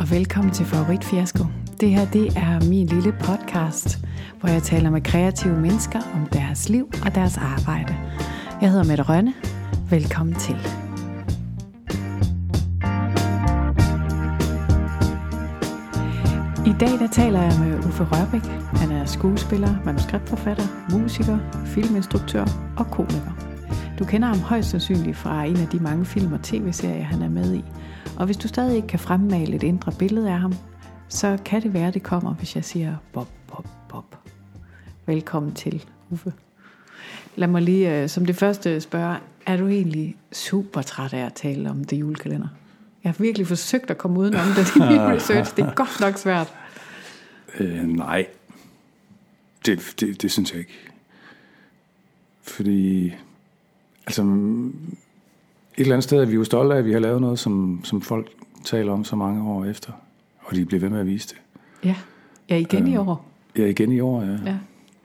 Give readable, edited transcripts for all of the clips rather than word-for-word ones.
og velkommen til Favoritfiasko. Det her, det er min lille podcast, hvor jeg taler med kreative mennesker om deres liv og deres arbejde. Jeg hedder Mette Rønne. Velkommen til. I dag der taler jeg med Uffe Rørbæk. Han er skuespiller, manuskriptforfatter, musiker, filminstruktør og komiker. Du kender ham højst sandsynligt fra en af de mange film og tv-serier, han er med i. Og hvis du stadig ikke kan fremmale et indre billede af ham, så kan det være, det kommer, hvis jeg siger Bob, Bob, Bob. Velkommen til, Uffe. Lad mig lige som det første spørge, er du egentlig super træt af at tale om The Julekalender? Jeg har virkelig forsøgt at komme udenom det i min research. Det er godt nok svært. Nej, det synes jeg ikke. Fordi, altså, et eller andet sted er vi jo stolte af, at vi har lavet noget, som folk taler om så mange år efter. Og de bliver ved med at vise det. Ja, igen i år. Ja, igen i år, ja.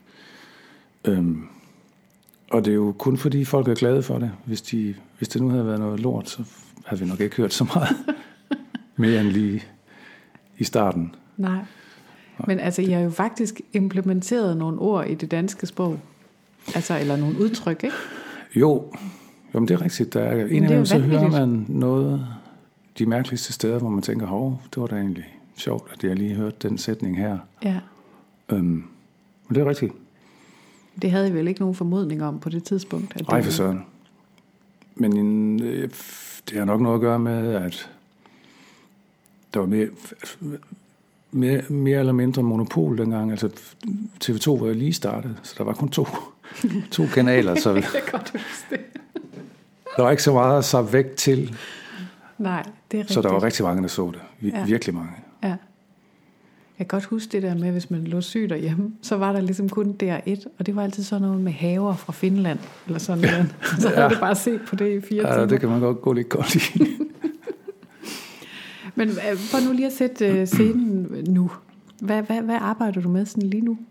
Og det er jo kun fordi folk er glade for det. Hvis det nu havde været noget lort, så havde vi nok ikke hørt så meget mere end lige i starten. Nej. Men altså, I har jo faktisk implementeret nogle ord i det danske sprog. Altså, eller nogle udtryk, ikke? Jo, men det er rigtigt. Der er en af dem, så hører man noget, de mærkeligste steder, hvor man tænker, hov, det var da egentlig sjovt, at jeg lige hørte den sætning her. Ja. Men det er rigtigt. Det havde I vel ikke nogen formodning om på det tidspunkt? Nej, for søren. Men det har nok noget at gøre med, at der var mere eller mindre monopol dengang. Altså TV2 var lige startet, så der var kun to kanaler. Så jeg kan godt huske det. Der var ikke så meget at så væk til. Nej, det er rigtigt. Så der var rigtig mange, der så det. Virkelig mange. Ja. Jeg kan godt huske det der med, hvis man lå syg derhjemme, så var der ligesom kun DR1, og det var altid sådan noget med haver fra Finland, eller sådan noget. Så havde det bare set på det i 4 timer. Ja, det kan man godt gå lidt godt i. Men for nu lige at sætte scenen nu. Hvad arbejder du med sådan lige nu?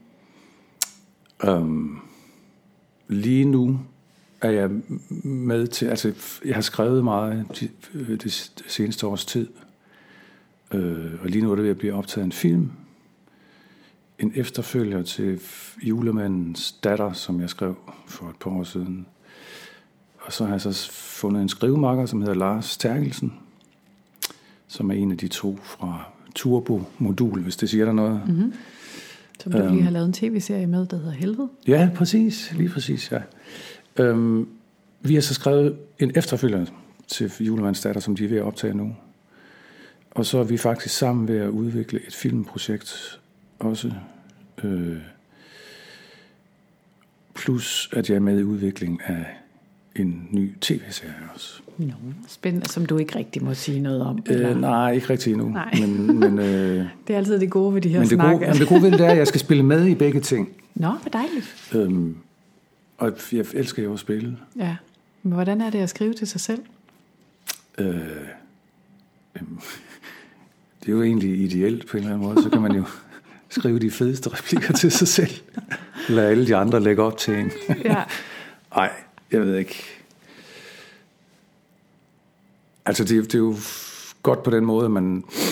Lige nu er jeg med til, altså jeg har skrevet meget det seneste års tid, og lige nu er det ved at blive optaget en film, en efterfølger til Julemandens datter, som jeg skrev for et par år siden. Og så har jeg så fundet en skrivemakker, som hedder Lars Terkelsen, som er en af de 2 fra Turbo Modul, hvis det siger der noget. Mm-hmm. Som du lige har lavet en tv-serie med, der hedder Helvede. Ja, præcis. Lige præcis, ja. Vi har så skrevet en efterfølger til Julemandens datter, som de er ved at optage nu. Og så er vi faktisk sammen ved at udvikle et filmprojekt også. Plus at jeg er med i udvikling af en ny tv-serie også. No, spændende, som du ikke rigtig må sige noget om. Nej, ikke rigtig endnu. Men, det er altid det gode ved de her snakker. Det gode ved det er, at jeg skal spille med i begge ting. Nå, hvor dejligt. Og jeg elsker jo at spille. Ja, men hvordan er det at skrive til sig selv? Det er jo egentlig ideelt på en eller anden måde. Så kan man jo skrive de fedeste replikker til sig selv. Lad alle de andre lægge op til en. Ja. Nej, jeg ved ikke. Altså det er jo godt på den måde, at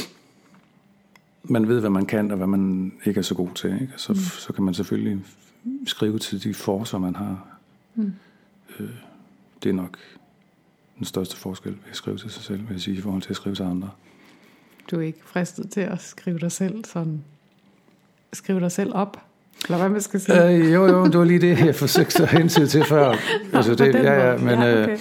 man ved, hvad man kan, og hvad man ikke er så god til. Ikke? Så kan man selvfølgelig skrive til de forser, man har. Det er nok den største forskel ved at skrive til sig selv, vil jeg sige, i forhold til at skrive til andre. Du er ikke fristet til at skrive dig selv sådan, skrive dig selv op? Eller hvad man skal sige? Jo, det var lige det, jeg forsøgte at hensyn til før. Altså det, men okay.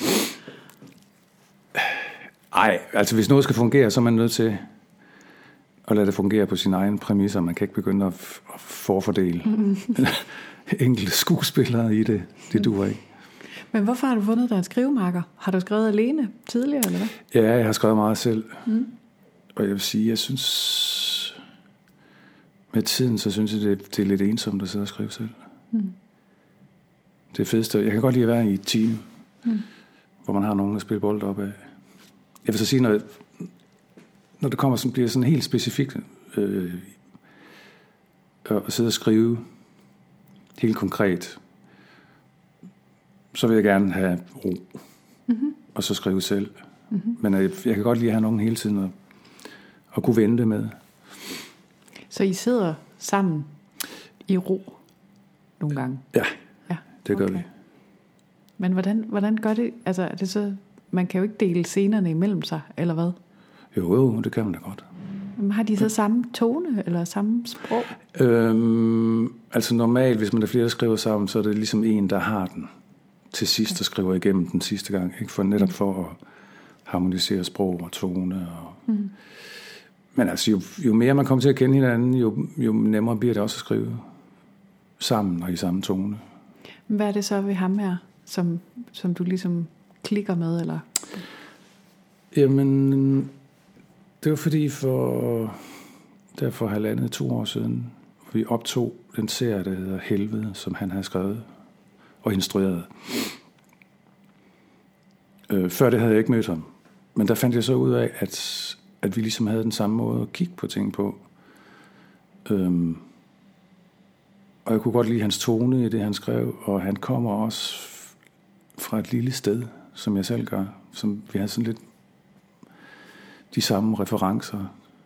Altså hvis noget skal fungere, så er man nødt til at lade det fungere på sine egne præmisser. Man kan ikke begynde at forfordele enkelte skuespillere i det. Det duer ikke. Men hvorfor har du fundet dig en skrivemarker? Har du skrevet alene tidligere, eller hvad? Ja, jeg har skrevet meget selv. Og jeg vil sige, jeg synes, med tiden, så synes jeg, det er lidt ensomt at sidde og skrive selv. Det fedeste. Jeg kan godt lide at være i et team, hvor man har nogen at spille bold op af. Jeg vil så sige, når det kommer, bliver sådan helt specifikt at sidde og skrive helt konkret, så vil jeg gerne have ro, og så skrive selv. Men jeg kan godt lide at have nogen hele tiden at kunne vente med. Så I sidder sammen i ro nogle gange? Ja, det gør vi. Men hvordan gør det? Altså, er det så, man kan jo ikke dele scenerne imellem sig, eller hvad? Jo, det kan man da godt. Men har de så samme tone, eller samme sprog? Altså normalt, hvis man er flere, der skriver sammen, så er det ligesom en, der har den til sidst, der skriver igennem den sidste gang. Ikke? For netop for at harmonisere sprog og tone. Men altså, jo mere man kommer til at kende hinanden, jo nemmere bliver det også at skrive sammen og i samme tone. Hvad er det så ved ham her, som du ligesom klikker med, eller? Jamen, det var fordi for 1,5-2 år siden, vi optog den serie, der hedder Helvede, som han havde skrevet og instrueret. Før det havde jeg ikke mødt ham. Men der fandt jeg så ud af, at vi ligesom havde den samme måde at kigge på ting på. Og jeg kunne godt lide hans tone i det, han skrev, og han kommer også fra et lille sted, som jeg selv gør, som vi har sådan lidt de samme referencer.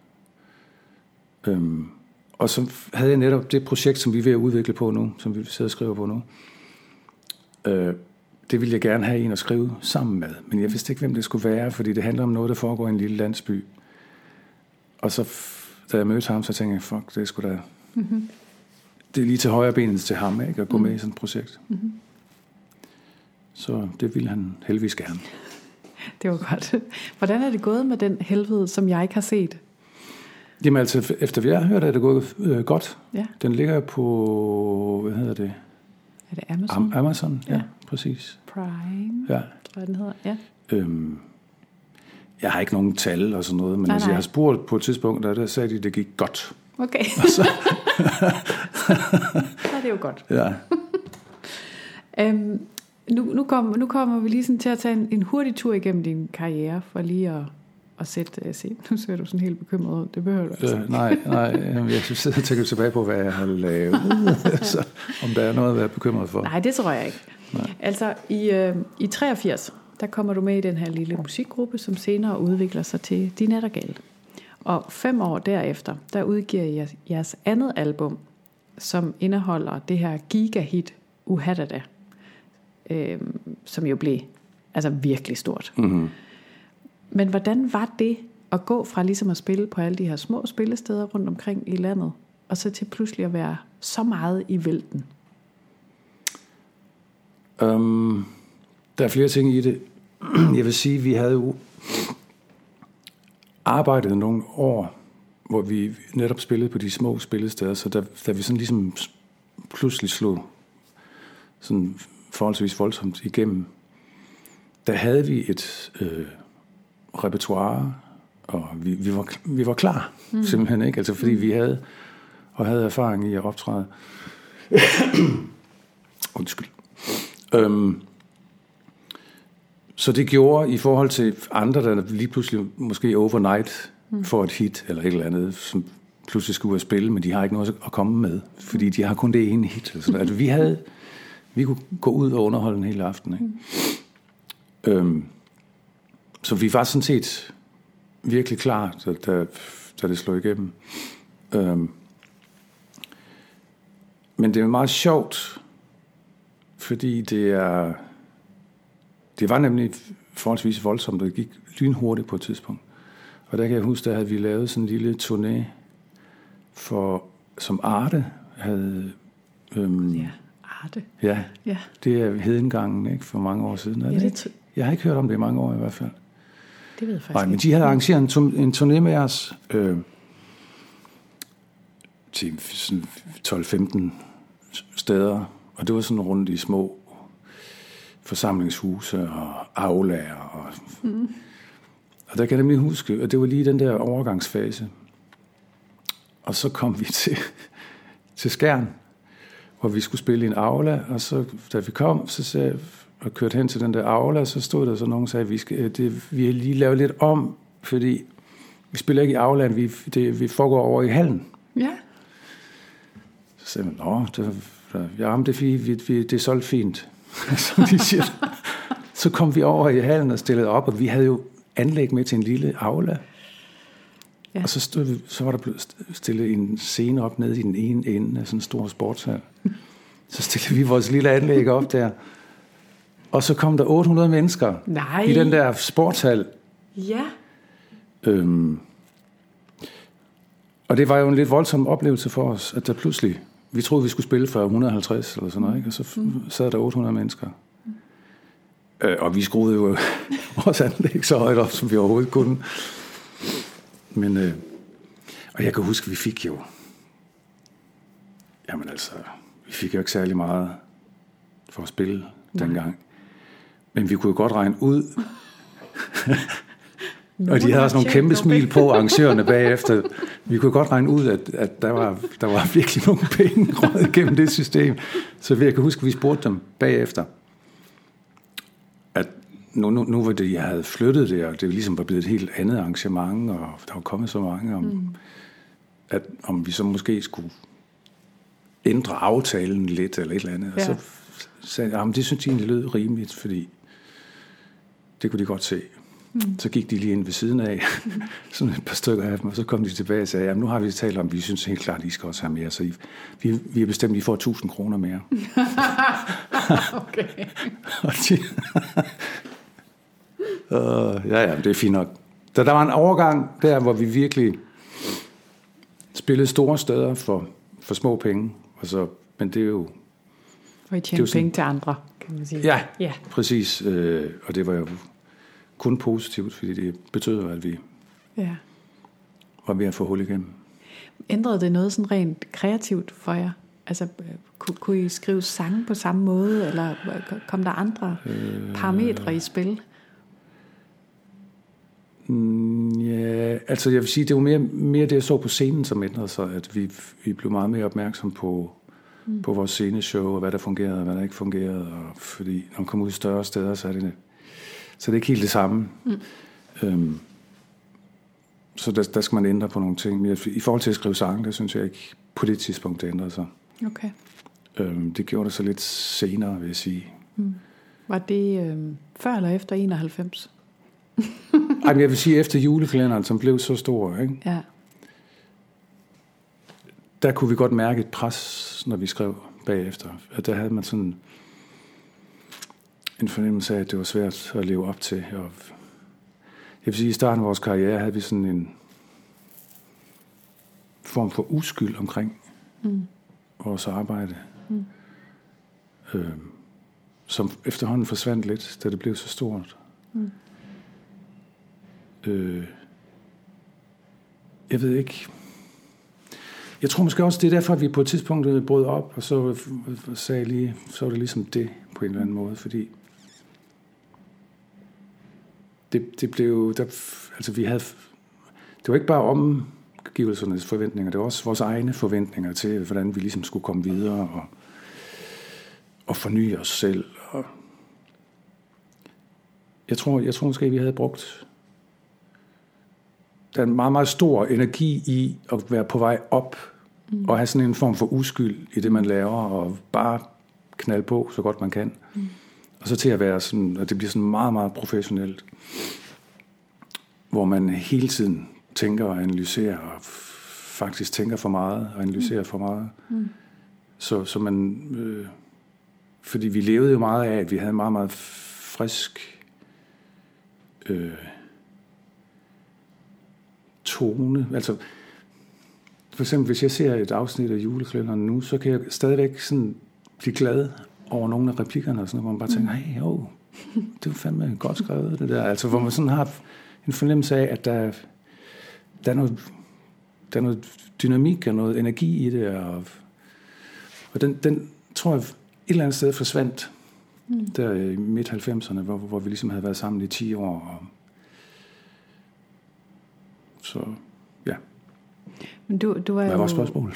Og så havde jeg netop det projekt, som vi er ved at udvikle på nu, som vi sidder og skriver på nu. Det ville jeg gerne have en at skrive sammen med, men jeg vidste ikke, hvem det skulle være, fordi det handler om noget, der foregår i en lille landsby. Og så, da jeg mødte ham, så tænkte jeg, fuck, det er sgu da... Det er lige til højre benet til ham, ikke, at gå med i sådan et projekt. Så det ville han heldigvis gerne. Det var godt. Hvordan er det gået med den Helvede, som jeg ikke har set? Jamen altså, efter vi har hørt, er det gået godt. Ja. Den ligger på, hvad hedder det? Er det Amazon? Amazon, ja, præcis. Prime, ja. Tror jeg, den hedder, ja. Jeg har ikke nogen tal og sådan noget, men altså, jeg har spurgt på et tidspunkt, der sagde de, at det gik godt. Okay. Så er det jo godt. Ja. Nu kommer vi lige sådan til at tage en hurtig tur igennem din karriere, for lige at sætte scenen. Nu ser du sådan helt bekymret ud. Det behøver du altså. Nej. Jeg sidder og tænker tilbage på, hvad jeg har lavet. Så, om der er noget at være bekymret for. Nej, det tror jeg ikke. Nej. Altså, i 83, der kommer du med i den her lille musikgruppe, som senere udvikler sig til De Nattergale. Og 5 år derefter, der udgiver jeg jeres andet album, som indeholder det her gigahit Uhadada, som jo blev altså virkelig stort. Mm-hmm. Men hvordan var det at gå fra ligesom at spille på alle de her små spillesteder rundt omkring i landet, og så til pludselig at være så meget i vælten? Der er flere ting i det. Jeg vil sige, vi havde jo arbejdet nogle år, hvor vi netop spillede på de små spillesteder, så da vi sådan ligesom pludselig slog sådan forholdsvis voldsomt igennem, der havde vi et repertoire, og vi var klar, simpelthen, ikke? Altså fordi vi havde erfaring i at optræde. Undskyld. Så det gjorde i forhold til andre, der lige pludselig måske overnight får et hit eller et eller andet, som pludselig skulle ud og spille, men de har ikke noget at komme med, fordi de har kun det ene hit. Altså, vi kunne gå ud og underholde en hel aften, ikke? Så vi var sådan set virkelig klar, da det slog igennem. Men det er meget sjovt, fordi det var nemlig forholdsvis voldsomt, og det gik lynhurtigt på et tidspunkt. Og der kan jeg huske, der havde vi lavet sådan en lille turné, som Arte havde... Arte? Ja, det er Hedengangen, ikke, for mange år siden. Er det? Jeg har ikke hørt om det i mange år i hvert fald. Det ved jeg faktisk ikke. Men de havde arrangeret en turné med os til 12-15 steder, og det var sådan rundt i små forsamlingshuse og aulaer. Og der kan jeg nemlig huske, at det var lige den der overgangsfase. Og så kom vi til Skjern, hvor vi skulle spille i en aula, og så da vi kom, så sagde og kørte hen til den der aula, så stod der så nogen, der sagde, at vi har lige lavet lidt om, fordi vi spiller ikke i aulaen, vi foregår over i hallen. Ja. Så sagde man, det er fint, det er solgt fint. Så de siger, så kom vi over i hallen og stillede op, og vi havde jo anlæg med til en lille aula. Ja. Og så var der blevet stillet en scene op nede i den ene ende af sådan en stor sportshal. Så stillede vi vores lille anlæg op der. Og så kom der 800 mennesker i den der sportshal. Ja. Og det var jo en lidt voldsom oplevelse for os, at der pludselig, vi troede, vi skulle spille for 150 eller sådan noget, ikke? Og så sad der 800 mennesker. Og vi skruede jo vores anlæg så højt op, som vi overhovedet kunne. Men, og jeg kan huske, vi fik jo, vi fik jo ikke særlig meget for at spille dengang. Men vi kunne jo godt regne ud, og de havde også nogle kæmpe smil på, arrangørerne bagefter. Vi kunne godt regne ud, at der var virkelig nogle penge røget gennem det system. Så jeg kan huske, at vi spurgte dem bagefter, at nu var det, jeg havde flyttet det, og det ligesom var blevet et helt andet arrangement, og der var kommet så mange, om vi så måske skulle ændre aftalen lidt, eller et eller andet. Ja. Og så sagde jeg, det synes de egentlig lød rimeligt, fordi det kunne de godt se. Så gik de lige ind ved siden af, sådan et par stykker af dem, og så kom de tilbage og sagde, jamen nu har vi talt om, vi synes helt klart, I skal også have mere, så vi har bestemt, I får 1.000 kroner mere. Okay. Og det er fint nok. Der var en overgang der, hvor vi virkelig spillede store steder for små penge, og så, men det er jo... Og I tjente penge til andre, kan man sige. Ja. Præcis, og det var jo kun positivt, fordi det betød, at vi var ved at få hul igennem. Ændrede det noget sådan rent kreativt for jer? Altså, kunne I skrive sange på samme måde, eller kom der andre parametre i spil? Ja, altså jeg vil sige, det var mere det, jeg så på scenen, som ændrede sig, at vi blev meget mere opmærksom på vores sceneshow, og hvad der fungerede, og hvad der ikke fungerede, og fordi når man kommer ud i større steder, så er det ikke helt det samme. Så der skal man ændre på nogle ting. Men i forhold til at skrive sange, der synes jeg ikke på det tidspunkt, det ændrede sig. Okay. Det gjorde det så lidt senere, vil jeg sige. Var det før eller efter 91? Jeg vil sige efter julekalenderen, som blev så stor, ikke? Ja. Der kunne vi godt mærke et pres, når vi skrev bagefter. At der havde man sådan en fornemmelse af, at det var svært at leve op til. Og jeg vil sige, at i starten af vores karriere havde vi sådan en form for uskyld omkring vores arbejde. Som efterhånden forsvandt lidt, da det blev så stort. Jeg ved ikke. Jeg tror måske også, det er derfor, at vi på et tidspunkt brød op, og så sagde lige, så var det ligesom det på en eller anden måde, fordi det blev, altså vi havde, det var ikke bare omgivelsernes forventninger, det var også vores egne forventninger til, hvordan vi ligesom skulle komme videre og forny os selv. Og jeg tror måske, at vi havde brugt der er en meget, meget stor energi i at være på vej op og have sådan en form for uskyld i det, man laver, og bare knalde på, så godt man kan. Og så til at være sådan, at det bliver sådan meget, meget professionelt, hvor man hele tiden tænker og analyserer, og faktisk tænker for meget og analyserer for meget. Så man... fordi vi levede jo meget af, at vi havde en meget, meget frisk tone. Altså, for eksempel, hvis jeg ser et afsnit af julekalenderen nu, så kan jeg stadigvæk sådan blive glad over nogle af replikkerne, og sådan, hvor man bare tænker, hey, det var fandme godt skrevet, det der. Altså, hvor man sådan har en fornemmelse af, at der er noget dynamik og noget energi i det, og den tror jeg et eller andet sted forsvandt der i midt-90'erne, hvor vi ligesom havde været sammen i 10 år. Og så, ja. Men du var hvad var spørgsmålet?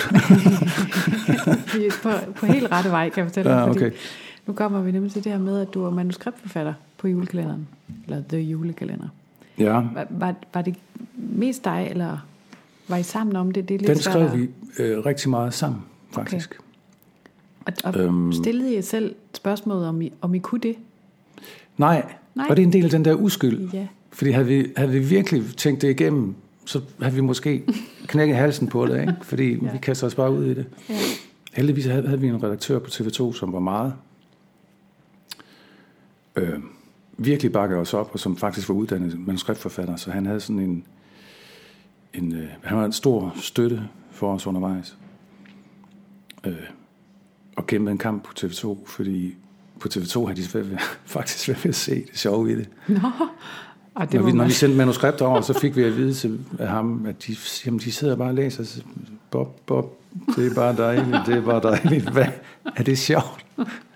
på helt rette vej, kan jeg fortælle dig. Okay. Nu kommer vi nemlig til det her med, at du var manuskriptforfatter på julekalenderen, eller The Julekalender. Ja. Var det mest dig, eller var I sammen om det? Det er lidt den skrev vi rigtig meget sammen, faktisk. Okay. Og stillede I jer selv spørgsmålet, om I kunne det? Nej. Og det er en del af den der uskyld. Ja. Fordi havde vi virkelig tænkt det igennem, så havde vi måske knækket halsen på det, ikke? Fordi vi kaster os bare ud i det. Ja. Heldigvis havde vi en redaktør på TV2, som var meget virkelig bakkede os op, og som faktisk var uddannet manuskriptforfatter, så han havde sådan han var en stor støtte for os undervejs. Og kæmpede en kamp på TV2, fordi på TV2 havde de faktisk været ved at se det sjove i det. Nå. Når vi sendte manuskripter over, så fik vi at vide af ham, at de sidder bare og læser. Bob, det er bare dejligt, Hvad? Er det sjovt?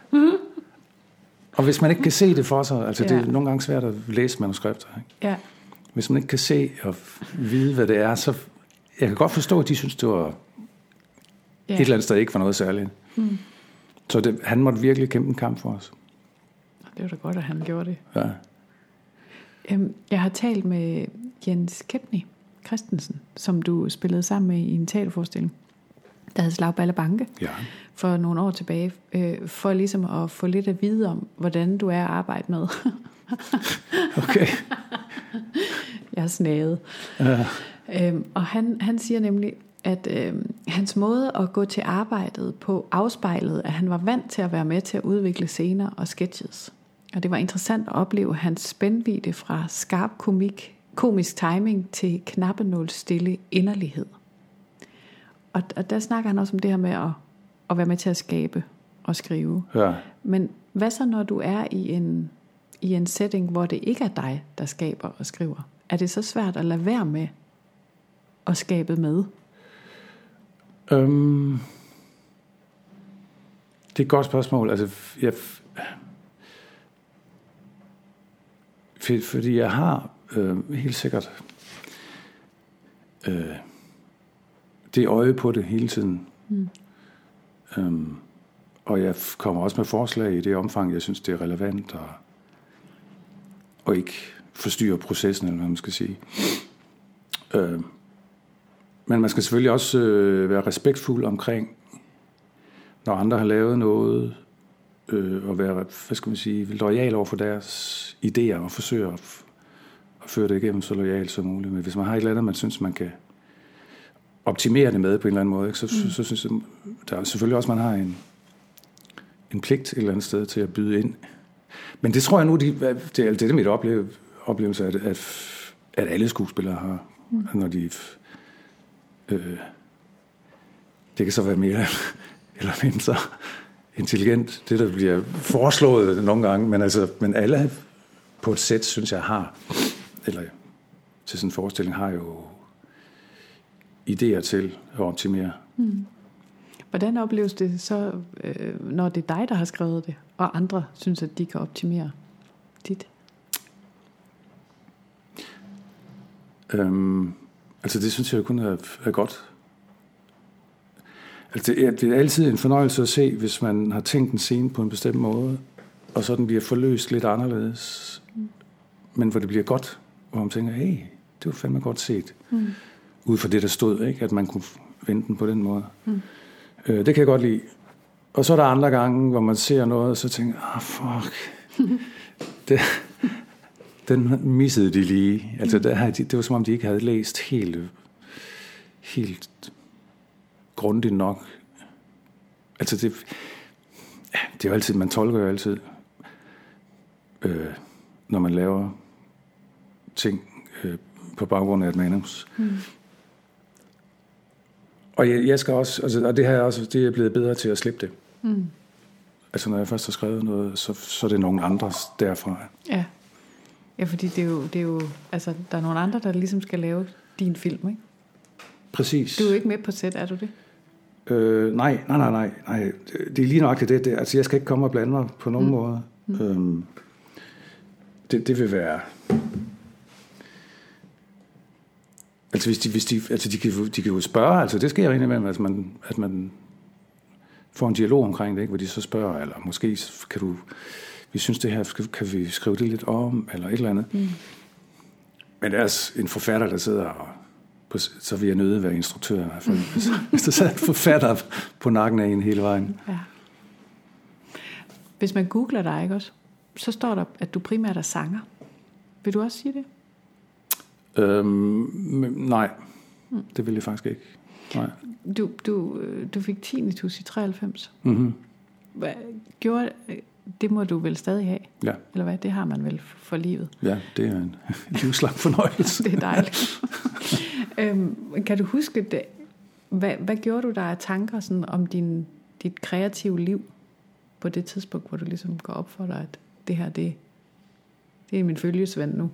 Og hvis man ikke kan se det for sig, altså det er nogle gange svært at læse manuskripter, ikke? Ja. Hvis man ikke kan se og vide, hvad det er, så jeg kan godt forstå, at de synes, det var et eller andet sted ikke var noget særligt. Mm. Så han måtte virkelig kæmpe en kamp for os. Det var da godt, at han gjorde det. Ja. Jeg har talt med Jens Kepny Christensen, som du spillede sammen med i en teaterforestilling, der hed Slag Balle Banke, for nogle år tilbage, for ligesom at få lidt at vide om, hvordan du er at arbejde med. Okay. Jeg har snaget. Ja. Og han siger nemlig, at hans måde at gå til arbejdet på afspejlede, at han var vant til at være med til at udvikle scener og sketches. Og det var interessant at opleve hans spændvidde fra skarp komisk timing til knappenål stille inderlighed. Og der snakker han også om det her med at være med til at skabe og skrive. Ja. Men hvad så, når du er i en setting, hvor det ikke er dig, der skaber og skriver? Er det så svært at lade være med at skabe med? Det er et godt spørgsmål. Altså, fordi jeg har helt sikkert det øje på det hele tiden. Og jeg kommer også med forslag i det omfang, jeg synes, det er relevant og ikke forstyrre processen, eller hvad man skal sige. Men man skal selvfølgelig også være respektfuld omkring, når andre har lavet noget, og være, hvad skal man sige, loyal over for deres idéer og forsøge at føre det igennem så loyalt som muligt. Men hvis man har et eller andet, man synes, man kan optimere det med på en eller anden måde, ikke, så synes jeg, der er selvfølgelig også, man har en pligt et eller andet sted til at byde ind. Men det tror jeg nu, det er mit oplevelse, at alle skuespillere har, når de... det kan så være mere eller mindre intelligent, det der bliver foreslået nogle gange, men alle på et sæt, synes jeg, har, eller til sådan en forestilling, har jo idéer til at optimere. Hvordan opleves det så, når det er dig, der har skrevet det, og andre synes, at de kan optimere dit? Altså det synes jeg kun er godt. Altså det er altid en fornøjelse at se, hvis man har tænkt en scene på en bestemt måde, og så den bliver forløst lidt anderledes, men hvor det bliver godt, hvor man tænker, hey, det var fandme godt set, ud fra det, der stod, ikke? At man kunne vende den på den måde. Det kan jeg godt lide. Og så er der andre gange, hvor man ser noget, og så tænker fuck, den missede de lige. Altså det var som om, de ikke havde læst helt grundigt nok. Altså det er jo altid, man tolker jo altid, når man laver ting på baggrund af et manus. Og jeg skal også, altså, og det er jeg blevet bedre til at slippe det. Altså når jeg først har skrevet noget, så er det nogen andres derfra. Ja. Ja, fordi det er jo altså der er nogle andre, der ligesom skal lave din film, ikke? Præcis. Du er jo ikke med på sæt, er du det? Nej. Det er lige nok det. Altså jeg skal ikke komme og blande mig på nogen måde. Det vil være. Altså hvis de kan jo spørge, altså det sker jo indimellem, at man får en dialog omkring det, ikke, hvor de så spørger, eller måske kan du, vi synes det her, kan vi skrive det lidt om, eller et eller andet. Men det er en forfatter, der sidder og så vil jeg nødt at være instruktør i hvert fald. Hvis der sidder en forfatter på nakken af en hele vejen. Ja. Hvis man googler dig, ikke også, så står der, at du primært er sanger. Vil du også sige det? Nej, det vil jeg faktisk ikke. Nej. Du fik tinnitus i 93. Mm-hmm. Hvad gjorde det? Må du vel stadig have? Ja. Eller hvad? Det har man vel for livet? Ja, det er en livslang fornøjelse. Det er dejligt. Kan du huske det? Hvad gjorde du der af tanker sådan, om dit kreative liv på det tidspunkt, hvor du ligesom går op for dig, at det her, det er min følgesvend nu?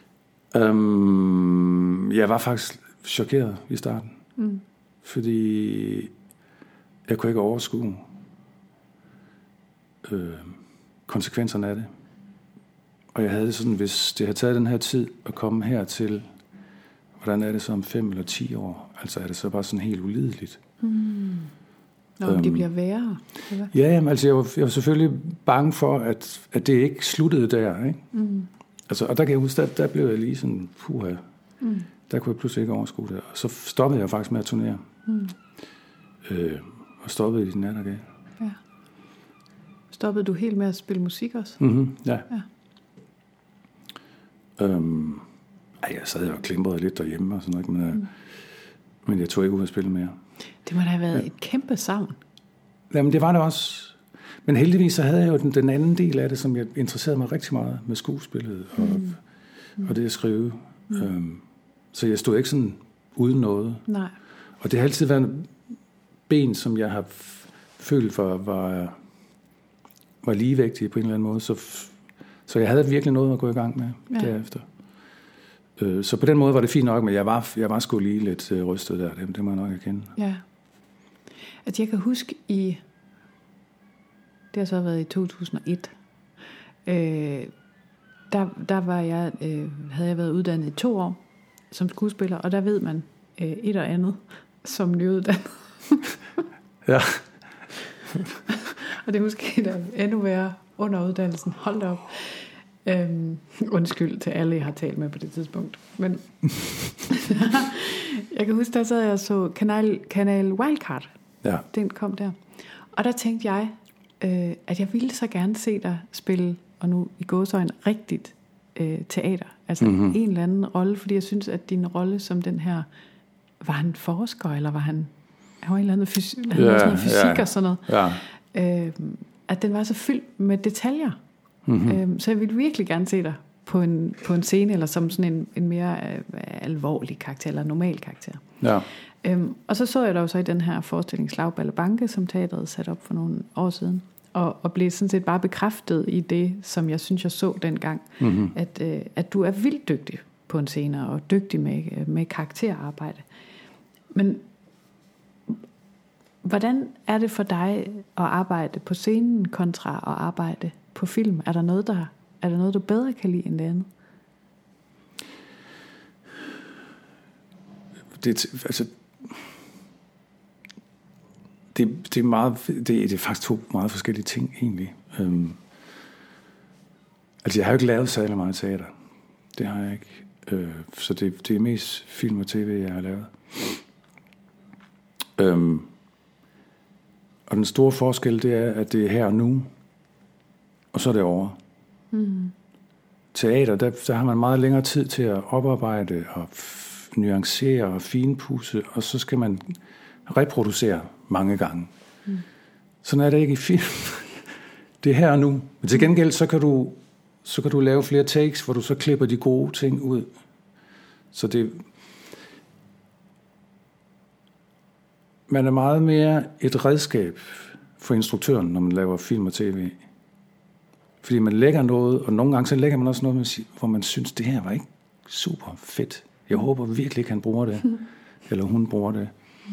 Jeg var faktisk chokeret i starten. Fordi jeg kunne ikke overskue konsekvenserne af det. Og jeg havde det sådan, hvis det havde taget den her tid at komme hertil, hvordan er det så om 5 eller 10 år? Altså er det så bare sådan helt ulideligt? Det bliver værre? Eller? Ja, jamen, altså jeg var selvfølgelig bange for, at det ikke sluttede der. Ikke? Altså, og der kan jeg huske, der blev jeg lige sådan, puha. Der kunne jeg pludselig ikke overskue det. Og så stoppede jeg faktisk med at turnere. Og stoppede i natterdag. Ja. Stoppede du helt med at spille musik også? Ja. Jeg sad og klimprede lidt derhjemme og sådan noget, men jeg tog ikke ud at spille mere. Det må da have været et kæmpe savn. Jamen det var det også. Men heldigvis så havde jeg jo den anden del af det, som jeg interesserede mig rigtig meget med skuespillet og det at skrive. Så jeg stod ikke sådan uden noget. Nej. Og det har altid været ben, som jeg har følt var ligevægtige på en eller anden måde. Så jeg havde virkelig noget at gå i gang med derefter. Så på den måde var det fint nok, men jeg var sgu lige lidt rystet der. Det må jeg nok erkende. Ja. At jeg kan huske det har så været i 2001. Der var havde jeg været uddannet i 2 år som skuespiller, og der ved man et og andet som nyuddannet. Ja. Og det er måske da endnu værre under uddannelsen. Hold da op. Undskyld til alle, jeg har talt med på det tidspunkt. Men jeg kan huske, der sad jeg og så Kanal Wildcard. Ja. Den kom der. Og der tænkte jeg, at jeg ville så gerne se dig spille, og nu i gåseøjne, rigtigt teater. Altså en eller anden rolle, fordi jeg synes, at din rolle som den her, var han forsker, eller var han var en eller anden fysik og sådan noget. Ja. At den var så fyldt med detaljer. Så jeg ville virkelig gerne se dig på en scene, eller som sådan en mere alvorlig karakter, eller normal karakter. Ja. Og så jeg da jo så i den her forestilling Slagballe Banke, som teatret satte op for nogle år siden, og blev sådan set bare bekræftet i det, som jeg synes, jeg så dengang, at du er vildt dygtig på en scene, og dygtig med karakterarbejde. Men hvordan er det for dig at arbejde på scenen kontra at arbejde på film? Er der noget, du bedre kan lide end det andet? Det er faktisk 2 meget forskellige ting egentlig. Altså jeg har jo ikke lavet særlig meget teater. Det har jeg ikke. Så det er mest film og tv, jeg har lavet. Og den store forskel, det er, at det er her og nu, og så er det over. Teater, der har man meget længere tid til at oparbejde og nuancere og finpudse, og så skal man reproducere mange gange. Sådan er det ikke i film. Det er her og nu. Men til gengæld, så kan du lave flere takes, hvor du så klipper de gode ting ud. Så man er meget mere et redskab for instruktøren, når man laver film og tv. Fordi man lægger noget, og nogle gange så lægger man også noget, hvor man synes, det her var ikke super fedt. Jeg håber virkelig ikke, han bruger det. Eller hun bruger det.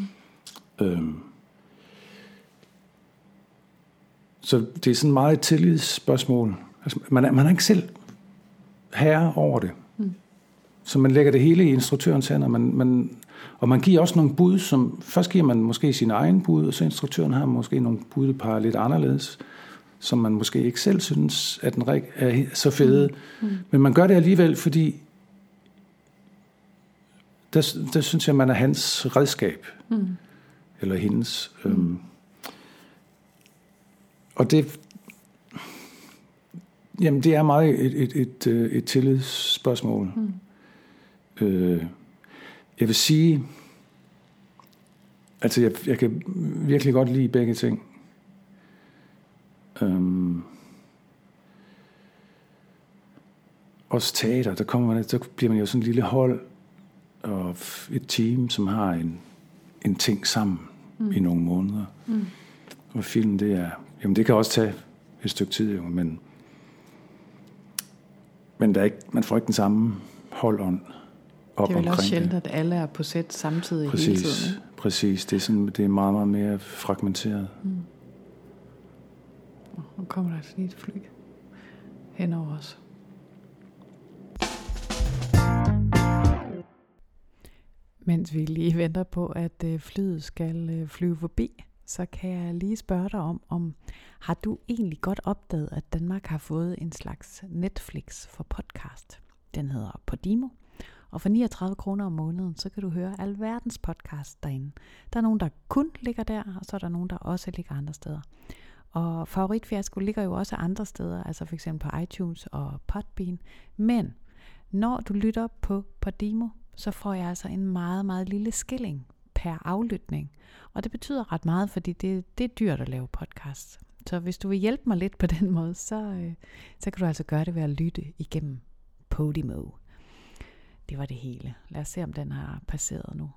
Så det er sådan meget et tillidsspørgsmål. Altså, man er ikke selv herre over det. Så man lægger det hele i instruktørens hænder. Og man giver også nogle bud, som først giver man måske sin egen bud, og så instruktøren har måske nogle bud, der er lidt anderledes, som man måske ikke selv synes, at den er så fede. Men man gør det alligevel, fordi der synes jeg, man er hans redskab. Eller hendes. Og det er meget et tillidsspørgsmål. Jeg vil sige, altså jeg kan virkelig godt lide begge ting. Også teater, der bliver man jo sådan en lille hold og et team, som har en ting sammen i nogle måneder. Og film, det kan også tage et stykke tid, jo, men der er ikke, man får ikke den samme holdånd op omkring det. Det er vel også sjældent, at alle er på sæt samtidig hele tiden. Præcis, det er meget, meget mere fragmenteret. Nu kommer der sådan et fly hen over os. Mens vi lige venter på, at flyet skal flyve forbi, så kan jeg lige spørge dig om har du egentlig godt opdaget, at Danmark har fået en slags Netflix for podcast? Den hedder Podimo, og for 39 kroner om måneden, så kan du høre alverdens podcast derinde. Der er nogen, der kun ligger der, og så er der nogen, der også ligger andre steder. Og Favoritfiasko ligger jo også andre steder, altså for eksempel på iTunes og Podbean. Men når du lytter på Podimo, så får jeg altså en meget, meget lille skilling per aflytning. Og det betyder ret meget, fordi det er dyrt at lave podcast. Så hvis du vil hjælpe mig lidt på den måde, så kan du altså gøre det ved at lytte igennem Podimo. Det var det hele. Lad os se, om den har passeret nu.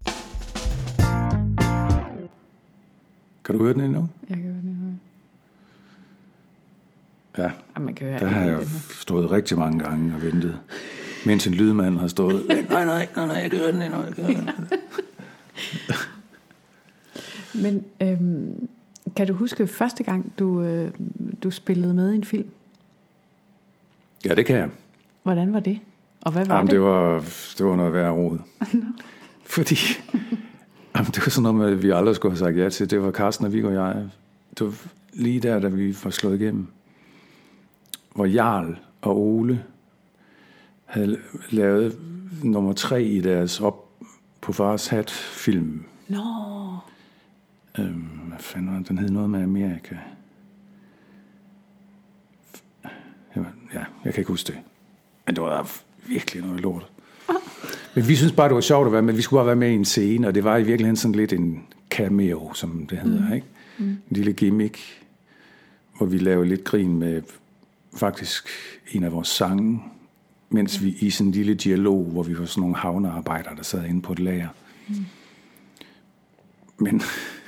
Kan du høre den endnu? Jeg kan høre den endnu. Ja, man kan høre der har jeg stået rigtig mange gange og ventet, mens en lydmand har stået. Nej, jeg kan høre den endnu. Men kan du huske første gang, du spillede med i en film? Ja, det kan jeg. Hvordan var det? Og hvad var det? Det var noget værre rod. Fordi det var sådan noget med, at vi aldrig skulle have sagt ja til. Det var Carsten og Viggo og jeg. Det var lige der, da vi var slået igennem. Hvor Jarl og Ole havde lavet nummer 3 i deres Op på Fars Hat film. Nå. Hvad fanden var den? Den hed noget med Amerika. Ja, jeg kan ikke huske det. Men det var virkelig noget lort. Men vi synes bare, det var sjovt at være med. Vi skulle bare være med i en scene, og det var i virkeligheden sådan lidt en cameo, som det hedder, ikke? En lille gimmick, hvor vi lavede lidt grin med faktisk en af vores sange, mens vi i sådan en lille dialog, hvor vi var sådan nogle havnearbejdere, der sad inde på et lager. Men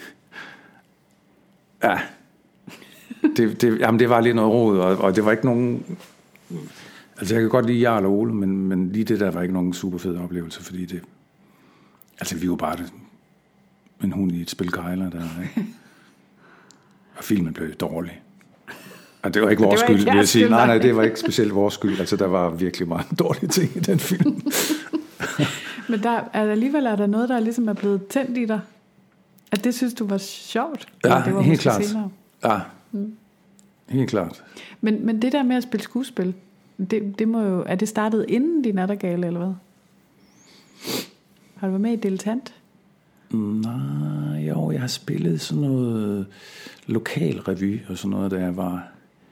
ja, det var lidt noget rod, og det var ikke nogen. Altså jeg kan godt lide Jarl og Ole, men lige det der var ikke nogen super fed oplevelse, fordi det. Altså vi var bare en hund i et spil gejler der, ikke? Og filmen blev dårlig. Og det var ikke vores skyld, vil jeg sige. Nej, det var ikke specielt vores skyld. Altså der var virkelig mange dårlige ting i den film. Men alligevel er der noget, der ligesom er blevet tændt i dig. At det synes du var sjovt? Ja, det var helt klart. Senere. Ja, helt klart. Men det der med at spille skuespil, det må jo, er det startet inden Din Nattergale, eller hvad? Har du været med i Dilettant? Nej, jo, jeg har spillet sådan noget lokal revy og sådan noget, da jeg var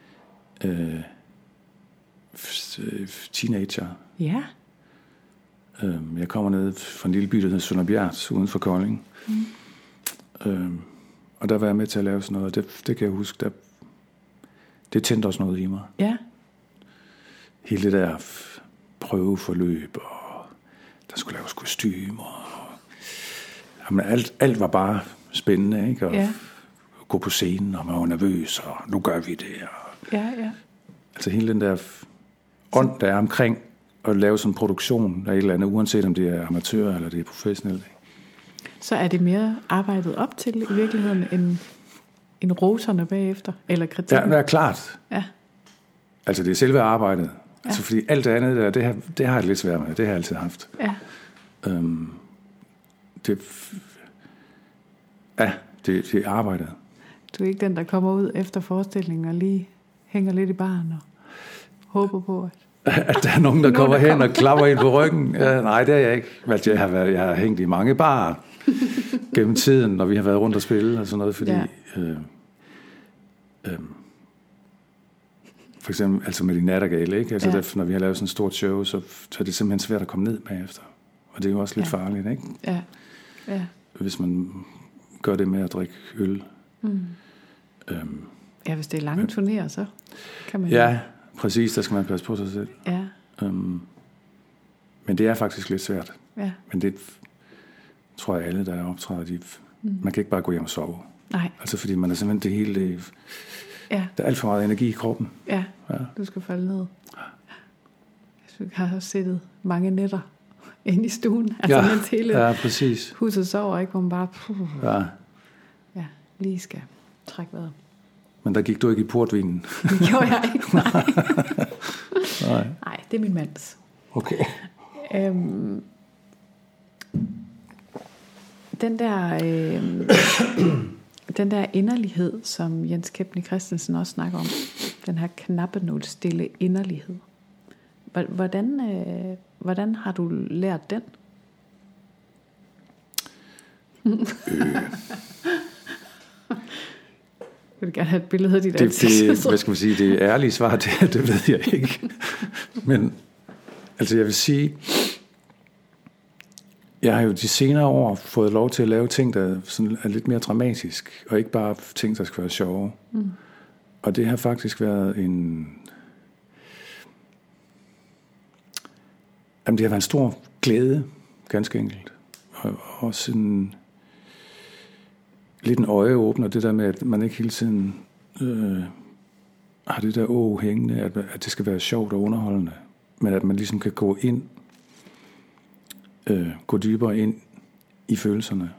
teenager. Ja. Jeg kommer ned fra en lille by, der hedder Sønderbjerg, uden for Kolding. Og der var jeg med til at lave sådan noget, det kan jeg huske, det tændte også noget i mig. Ja. Hele det der prøveforløb, og der skulle laves kostymer. Jamen, alt var bare spændende, ikke? Og gå på scenen, og man var nervøs, og nu gør vi det. Ja. Altså hele den der ånd, der er omkring at lave sådan en produktion af et eller andet, uanset om det er amatør eller det er professionelt. Så er det mere arbejdet op til i virkeligheden end roserne bagefter, eller kritikken? Ja, det er klart. Ja. Altså det er selve arbejdet. Ja. Altså fordi alt det andet der, det har jeg lidt svært med. Det har jeg altid haft. Ja. Det er arbejdet. Du er ikke den, der kommer ud efter forestillingen og lige hænger lidt i baren og håber på, at der er nogen, der kommer hen og klapper ind på ryggen. Ja, nej, det er jeg ikke. Jeg har hængt i mange barer gennem tiden, når vi har været rundt og spille og sådan noget, fordi for for eksempel altså med de nattergale, ikke? Altså når vi har lavet sådan et stort show, så er det simpelthen svært at komme ned bagefter. Og det er jo også lidt farligt, ikke? Ja. Hvis man gør det med at drikke øl. Ja, hvis det er lange turnéer, så kan man... Ja, præcis, der skal man passe på sig selv. Ja. Men det er faktisk lidt svært. Ja. Men det tror jeg alle, der optræder, man kan ikke bare gå hjem og sove. Nej. Altså fordi man er simpelthen det hele... Ja. Der er alt for meget energi i kroppen. Ja, du skal falde ned. Jeg har også siddet mange nætter inde i stuen. Altså mens hele præcis. Huset sover, ikke? Hvor man bare... Ja, lige skal trække vejret. Men der gik du ikke i portvinen? Det gjorde jeg ikke, nej. Nej. Nej, det er min mands. Okay. Den der inderlighed, som Jens Kepner Christensen også snakker om, den her knappenålstille inderlighed. Hvordan har du lært den? Jeg vil gerne have et billede af dit ansigt. Hvad skal man sige, det ærlige svar, det ved jeg ikke. Men altså jeg vil sige, jeg har jo de senere år fået lov til at lave ting, der sådan er lidt mere dramatisk, og ikke bare ting, der skal være sjove. Og det har faktisk været det har været en stor glæde, ganske enkelt. Og også lidt en øjeåbner, det der med, at man ikke hele tiden har det der hængende, at det skal være sjovt og underholdende, men at man ligesom kan gå dybere ind i følelserne.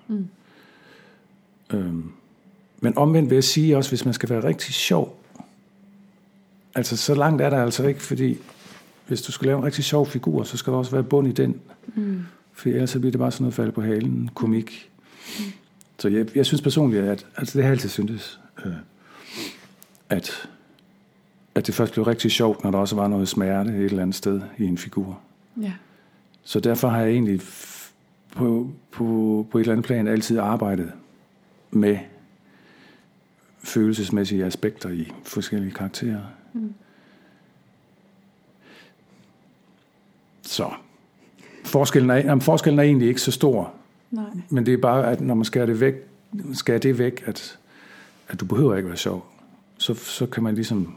Men omvendt vil jeg sige også, hvis man skal være rigtig sjov, altså så langt er der altså ikke, fordi hvis du skal lave en rigtig sjov figur, så skal der også være bund i den. For ellers så bliver det bare sådan noget falde på halen, komik. Så jeg synes personligt, at altså det har altid syntes, at det først blev rigtig sjovt, når der også var noget smerte et eller andet sted i en figur. Ja. Så derfor har jeg egentlig på et eller andet plan altid arbejdet med følelsesmæssige aspekter i forskellige karakterer. Så forskellen er egentlig ikke så stor. Nej. Men det er bare, at når man skærer det væk, at du behøver ikke være sjov, så kan man ligesom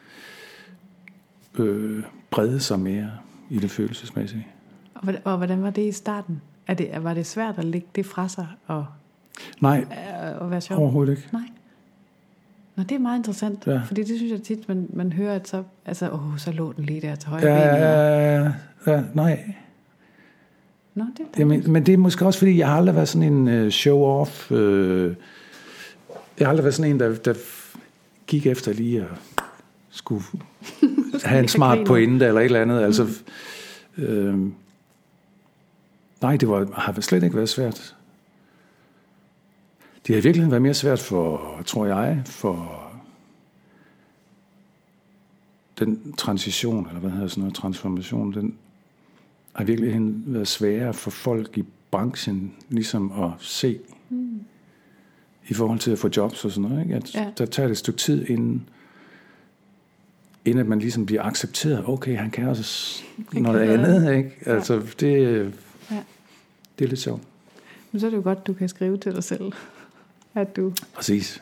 brede sig mere i det følelsesmæssige. Og hvordan var det i starten? Var det svært at lægge det fra sig og være sjov? Overhovedet ikke. Nej. Nå, det er meget interessant, fordi det synes jeg tit, man hører, at så lå den lige der til højre ben. Nej. Nå, det men det er måske også, fordi jeg har aldrig været sådan en show-off. Jeg har aldrig været sådan en, der gik efter lige at skulle have en smart pointe eller et eller andet. Altså, nej, har slet ikke været svært. Det har i virkeligheden været mere svært for den transition, eller hvad hedder sådan noget, transformation, den har virkelig været sværere for folk i branchen ligesom at se i forhold til at få jobs og sådan noget, ikke? Der tager det et stykke tid inden at man ligesom bliver accepteret. Okay, han kan også noget andet, ikke? Altså det er lidt sjovt. Men så er det jo godt, du kan skrive til dig selv, at du... Præcis.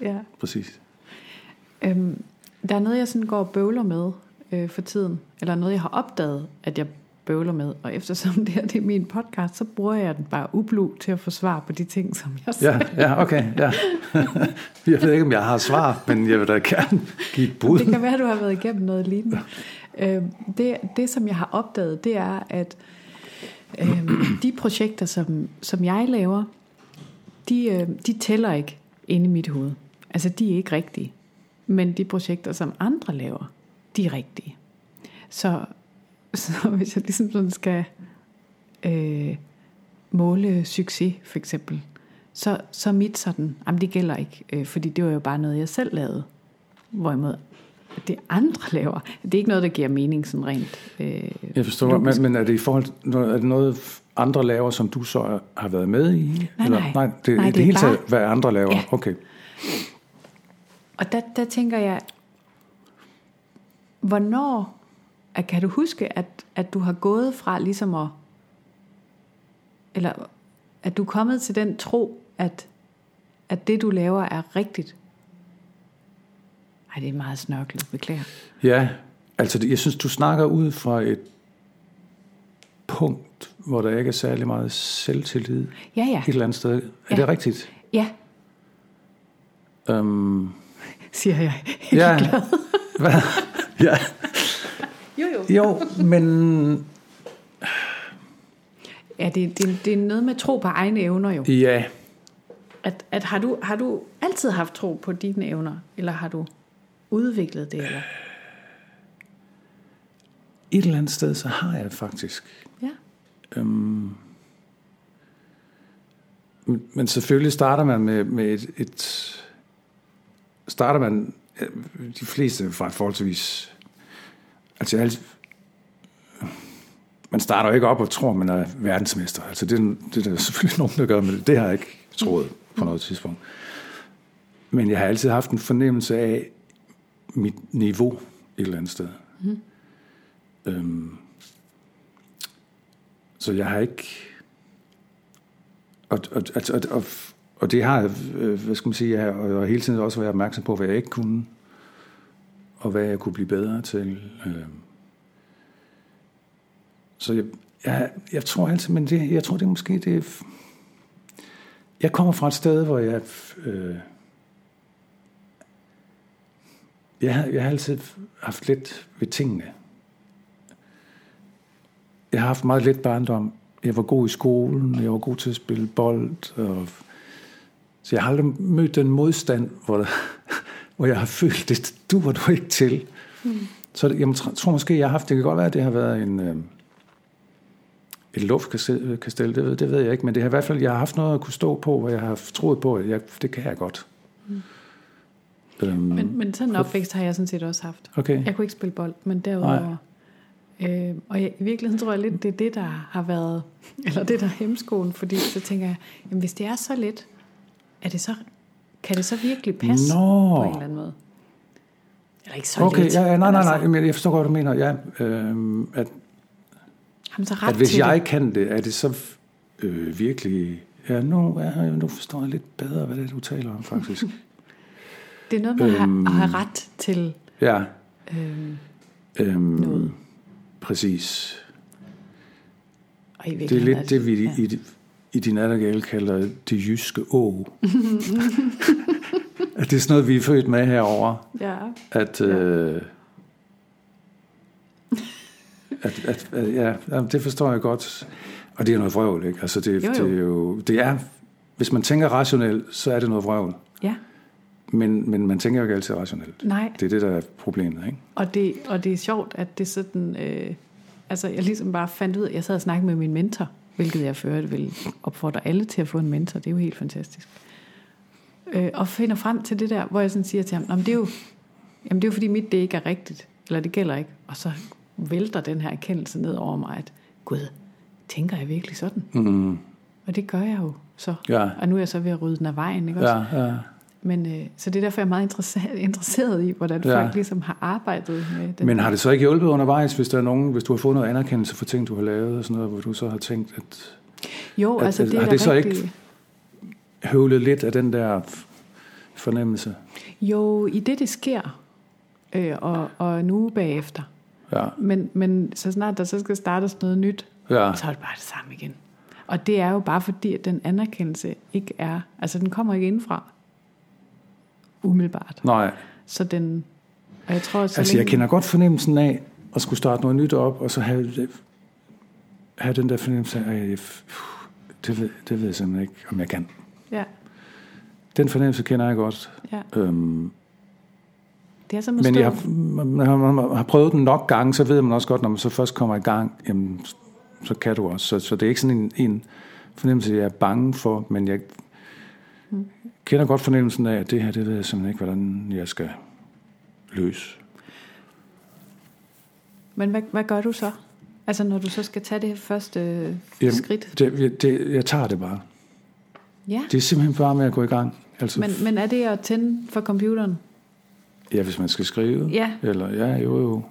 Der er noget, jeg sådan går og bøvler med for tiden, eller noget, jeg har opdaget, at jeg bøvler med, og eftersom det er min podcast, så bruger jeg den bare ublu til at få svar på de ting, som jeg siger. Ja, okay, ja. Jeg ved ikke, om jeg har svar, men jeg vil da gerne give et bud. Det kan være, at du har været igennem noget lignende. Det, som jeg har opdaget, det er, at de projekter, som jeg laver, de tæller ikke inde i mit hoved. Altså, de er ikke rigtige. Men de projekter, som andre laver, de er rigtige. Så hvis jeg ligesom sådan skal måle succes, for eksempel, så mit sådan, det gælder ikke, fordi det var jo bare noget, jeg selv lavede. Hvorimod det andre laver, det er ikke noget, der giver mening sådan rent. Jeg forstår, men er det i forhold til, er det noget andre laver, som du så har været med i? Nej, det er hele taget, hvad andre laver. Ja. Okay. Og der tænker jeg, Hvornår, kan du huske, at du har gået fra ligesom eller at du er kommet til den tro, at det du laver er rigtigt? Ej, det er meget snørklet, beklager. Ja, altså jeg synes, du snakker ud fra et punkt, hvor der ikke er særlig meget selvtillid. Ja. Et eller andet sted. Er det rigtigt? Ja. Siger jeg helt glad. Hvad? Ja. Jo, men... Ja, det er noget med tro på egne evner jo. Ja. At har du altid haft tro på dine evner, eller har du udviklet det, eller? Et eller andet sted, så har jeg faktisk. Ja. Men selvfølgelig starter man med et starter man de fleste fra forholdsvis, altså man starter jo ikke op og tror, man er verdensmester. Altså det er der selvfølgelig nogen, der gør, men det har jeg ikke troet på noget tidspunkt. Men jeg har altid haft en fornemmelse af mit niveau et eller andet sted. Så jeg har ikke... Og det har jeg, hvad skal man sige, jeg har hele tiden også været opmærksom på, hvad jeg ikke kunne, og hvad jeg kunne blive bedre til. Så jeg tror altid, men jeg tror det er måske det. Jeg kommer fra et sted, hvor jeg har altid haft lidt ved tingene. Jeg har haft meget let barndom. Jeg var god i skolen, jeg var god til at spille bold, så jeg har aldrig mødt den modstand, hvor jeg har følt, det duer du ikke til. Så jeg tror måske, jeg har haft, det kan godt være, at det har været et luftkastel, det ved jeg ikke, men det har i hvert fald, jeg har haft noget at kunne stå på, hvor jeg har troet på, at det kan jeg godt. Men sådan en opvækst har jeg sådan set også haft. Okay. Jeg kunne ikke spille bold, men derudover... og i virkeligheden tror jeg lidt, det er det, der har været, eller det, der er hemskolen, fordi så tænker jeg, jamen hvis det er så let, kan det så virkelig passe på en eller anden måde? Eller ikke så okay, let. Nej, men jeg forstår godt, hvad du mener. Ja, at hvis jeg kan det, er det så virkelig... Ja, nu forstår jeg lidt bedre, hvad det er, du taler om, faktisk. Det er noget med at have ret til noget. Præcis. Det er lidt det, vi i din nattergale kalder det jyske å. At det er sådan noget, vi er født med herover. Ja. Det forstår jeg godt. Og det er noget vrøvl, ikke? Altså det er hvis man tænker rationelt, så er det noget vrøvl. Ja. Men man tænker jo ikke altid rationelt. Nej. Det er det, der er problemet, ikke? Og det er sjovt, at det sådan... jeg ligesom bare fandt ud af... Jeg sad og snakkede med min mentor, hvilket jeg før vil opfordre alle til at få en mentor. Det er jo helt fantastisk. Og finder frem til det der, hvor jeg sådan siger til ham, det er jo fordi mit det ikke er rigtigt. Eller det gælder ikke. Og så vælter den her erkendelse ned over mig, at Gud, tænker jeg virkelig sådan? Mm. Og det gør jeg jo så. Ja. Og nu er jeg så ved at rydde den af vejen, ikke også? Ja. Men, så det er derfor, jeg er meget interesseret i, hvordan folk ligesom har arbejdet med den. Men har det så ikke hjulpet undervejs, hvis du har fået noget anerkendelse for ting, du har lavet, og sådan noget, hvor du så har tænkt, at... Jo, altså det er har det så ikke høvlet lidt af den der fornemmelse? Jo, i det sker, og en uge bagefter. Ja. Men så snart der så skal startes noget nyt, så er det bare det samme igen. Og det er jo bare fordi, at den anerkendelse ikke er... Altså, den kommer ikke indfra. Umiddelbart. Nej. Så den... Og jeg tror, jeg kender godt fornemmelsen af at skulle starte noget nyt op, og så have den der fornemmelse af, det ved jeg simpelthen ikke, om jeg kan. Ja. Den fornemmelse kender jeg godt. Ja. Det er så men man har prøvet den nok gange, så ved man også godt, når man så først kommer i gang, jamen, så kan du også. Så det er ikke sådan en fornemmelse, jeg er bange for, men jeg kender godt fornemmelsen af, at det her, det ved jeg simpelthen ikke, hvordan jeg skal løse. Men hvad gør du så? Altså når du så skal tage det første skridt? Jeg tager det bare. Ja. Det er simpelthen bare med at gå i gang. Altså, men er det at tænde for computeren? Ja, hvis man skal skrive. Ja. Eller, ja, jo.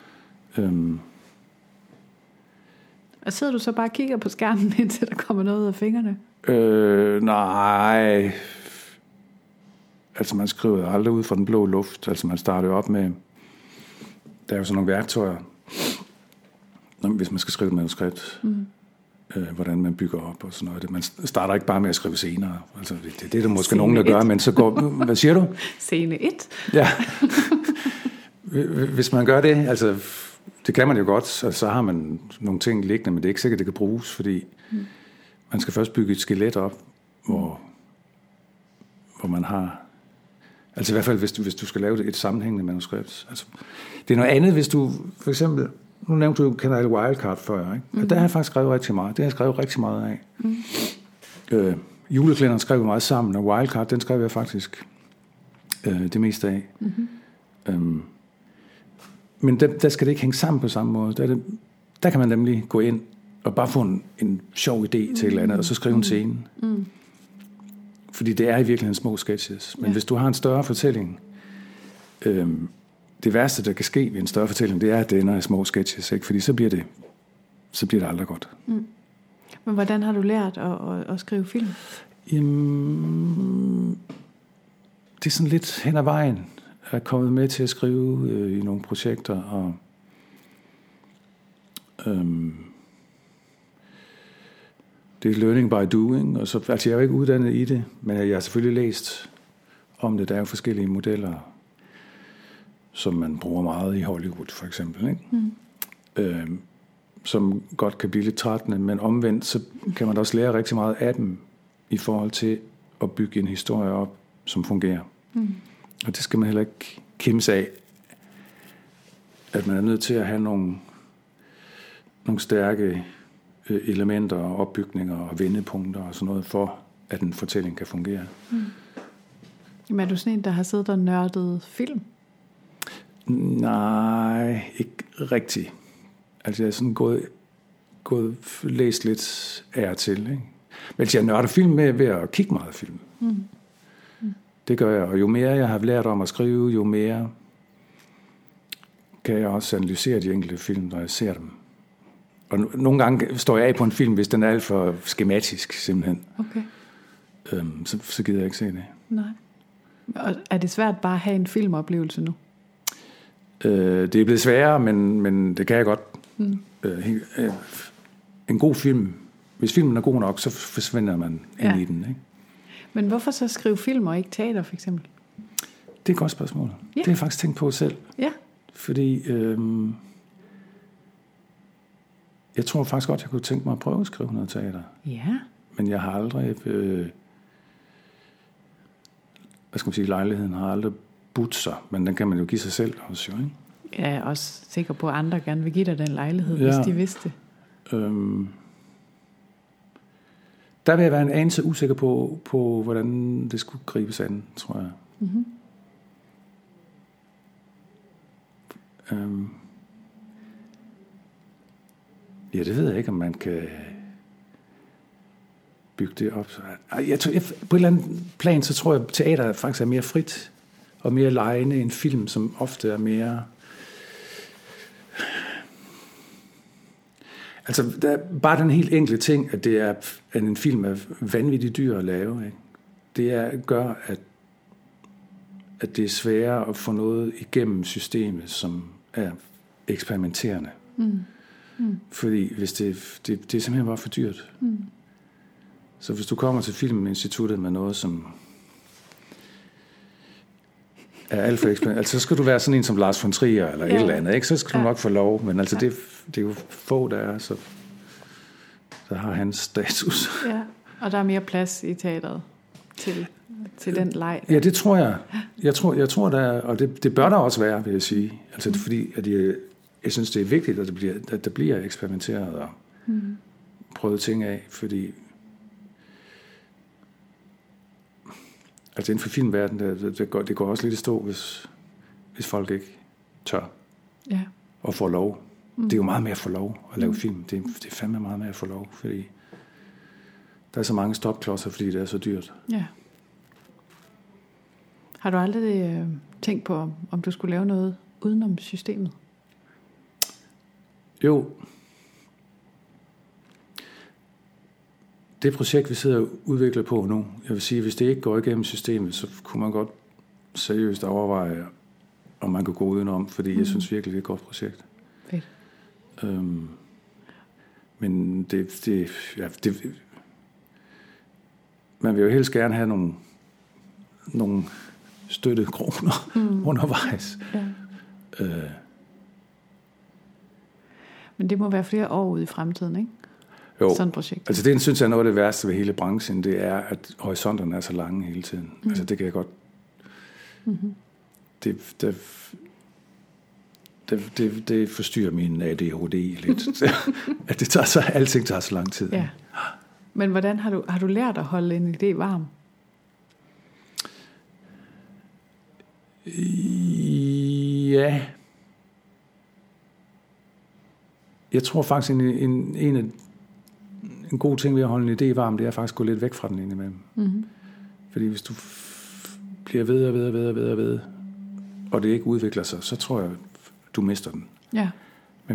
Og sidder du så bare og kigger på skærmen, indtil der kommer noget ud af fingrene? Nej. Altså, man skriver aldrig ud fra den blå luft. Altså, man starter jo op med... Der er jo sådan nogle værktøjer, hvis man skal skrive et manuskript. Hvordan man bygger op og sådan noget. Man starter ikke bare med at skrive senere. Altså, det er der måske Scene nogen, der gør, 1. men så går... Hvad siger du? Scene 1. Ja. Hvis man gør det, altså... Det kan man jo godt, så har man nogle ting liggende, men det er ikke sikkert, det kan bruges, fordi man skal først bygge et skelet op, hvor man har... Altså i hvert fald, hvis du skal lave et sammenhængende manuskript. Altså, det er noget andet, hvis du for eksempel... Nu nævnte du Kanal Wildcard før, ikke? Og der har jeg faktisk skrevet rigtig meget. Det har jeg skrevet rigtig meget af. Juleklænderen skrev meget sammen, og Wildcard, den skrev jeg faktisk det meste af. Men der skal det ikke hænge sammen på samme måde. Der kan man nemlig gå ind og bare få en sjov idé til et eller andet, og så skrive en scene. Fordi det er i virkeligheden små sketches. Men hvis du har en større fortælling, det værste, der kan ske ved en større fortælling, det er, at det ender i små sketches, ikke? Fordi så bliver det aldrig godt. Men hvordan har du lært at skrive film? Jamen, det er sådan lidt hen ad vejen. Jeg er kommet med til at skrive i nogle projekter, og det er learning by doing, og så, altså jeg er jo ikke uddannet i det, men jeg har selvfølgelig læst om det. Der er jo forskellige modeller, som man bruger meget i Hollywood, for eksempel, ikke? Som godt kan blive lidt trættende, men omvendt, så kan man også lære rigtig meget af dem, i forhold til at bygge en historie op, som fungerer. Og det skal man heller ikke kimse af, at man er nødt til at have nogle stærke elementer og opbygninger og vendepunkter og sådan noget, for at en fortælling kan fungere. Men er du sådan en, der har siddet og nørdet film? Nej, ikke rigtigt. Altså jeg er sådan læst lidt af til, ikke? Men jeg nørder film med ved at kigge meget film. Det gør jeg, og jo mere jeg har lært om at skrive, jo mere kan jeg også analysere de enkelte film, når jeg ser dem. Og nogle gange står jeg af på en film, hvis den er alt for skematisk, simpelthen. Okay. Så gider jeg ikke se det. Nej. Og er det svært bare at have en filmoplevelse nu? Det er blevet sværere, men det kan jeg godt. En god film, hvis filmen er god nok, så forsvinder man ind i den, ikke? Men hvorfor så skrive film og ikke teater, for eksempel? Det er et godt spørgsmål. Det har jeg faktisk tænkt på selv. Ja. Fordi jeg tror faktisk godt, jeg kunne tænke mig at prøve at skrive noget teater. Ja. Men jeg har aldrig... hvad skal man sige? Lejligheden har aldrig budt sig. Men den kan man jo give sig selv også, jo, ikke? Jeg er også sikker på, at andre gerne vil give dig den lejlighed, hvis de vidste. Der vil jeg være en anelse usikker på hvordan det skulle gribes an, tror jeg. Ja, det ved jeg ikke, om man kan bygge det op. På et eller andet plan, så tror jeg, at teater faktisk er mere frit og mere legende end film, som ofte er mere... Altså, der er bare den helt enkle ting, at at en film er vanvittigt dyr at lave, ikke? Det gør, at det er sværere at få noget igennem systemet, som er eksperimenterende. Fordi hvis det er simpelthen bare for dyrt. Så hvis du kommer til Filminstituttet med noget, som er alt for eksperimenterende, altså så skal du være sådan en som Lars von Trier eller et eller andet, ikke? Så skal du nok få lov, men altså det er jo få, der er, så har hans status. Ja, og der er mere plads i teateret til den leg. Ja, det tror jeg. Jeg tror der er, og det bør der også være, vil jeg sige. Altså det er fordi, at jeg synes, det er vigtigt, at der bliver eksperimenteret og prøvet ting af, fordi altså inden for filmverdenen, det går også lidt i stå, hvis folk ikke tør og får lov. Det er jo meget mere at få lov at lave film. Det er fandme meget mere at få lov, fordi der er så mange stopklodser, fordi det er så dyrt. Ja. Har du aldrig tænkt på, om du skulle lave noget udenom systemet? Jo. Det projekt, vi sidder og udvikler på nu, jeg vil sige, hvis det ikke går igennem systemet, så kunne man godt seriøst overveje, om man kunne gå udenom, fordi jeg synes virkelig, det er et godt projekt. Fedt. Men man vil jo helst gerne have nogle støttekroner undervejs. Ja. Men det må være flere år ude i fremtiden, ikke? Jo, sådan et projekt. Altså det synes jeg er noget af det værste ved hele branchen, det er, at horisonterne er så lange hele tiden. Altså det kan jeg godt... Det forstyrrer min ADHD lidt. At det alting tager så lang tid. Ja. Men hvordan har du lært at holde en idé varm? Ja. Jeg tror faktisk, en god ting ved at holde en idé varm, det er faktisk at gå lidt væk fra den indimellem. Fordi hvis du bliver ved, og det ikke udvikler sig, så tror jeg, du mister den. Ja. Men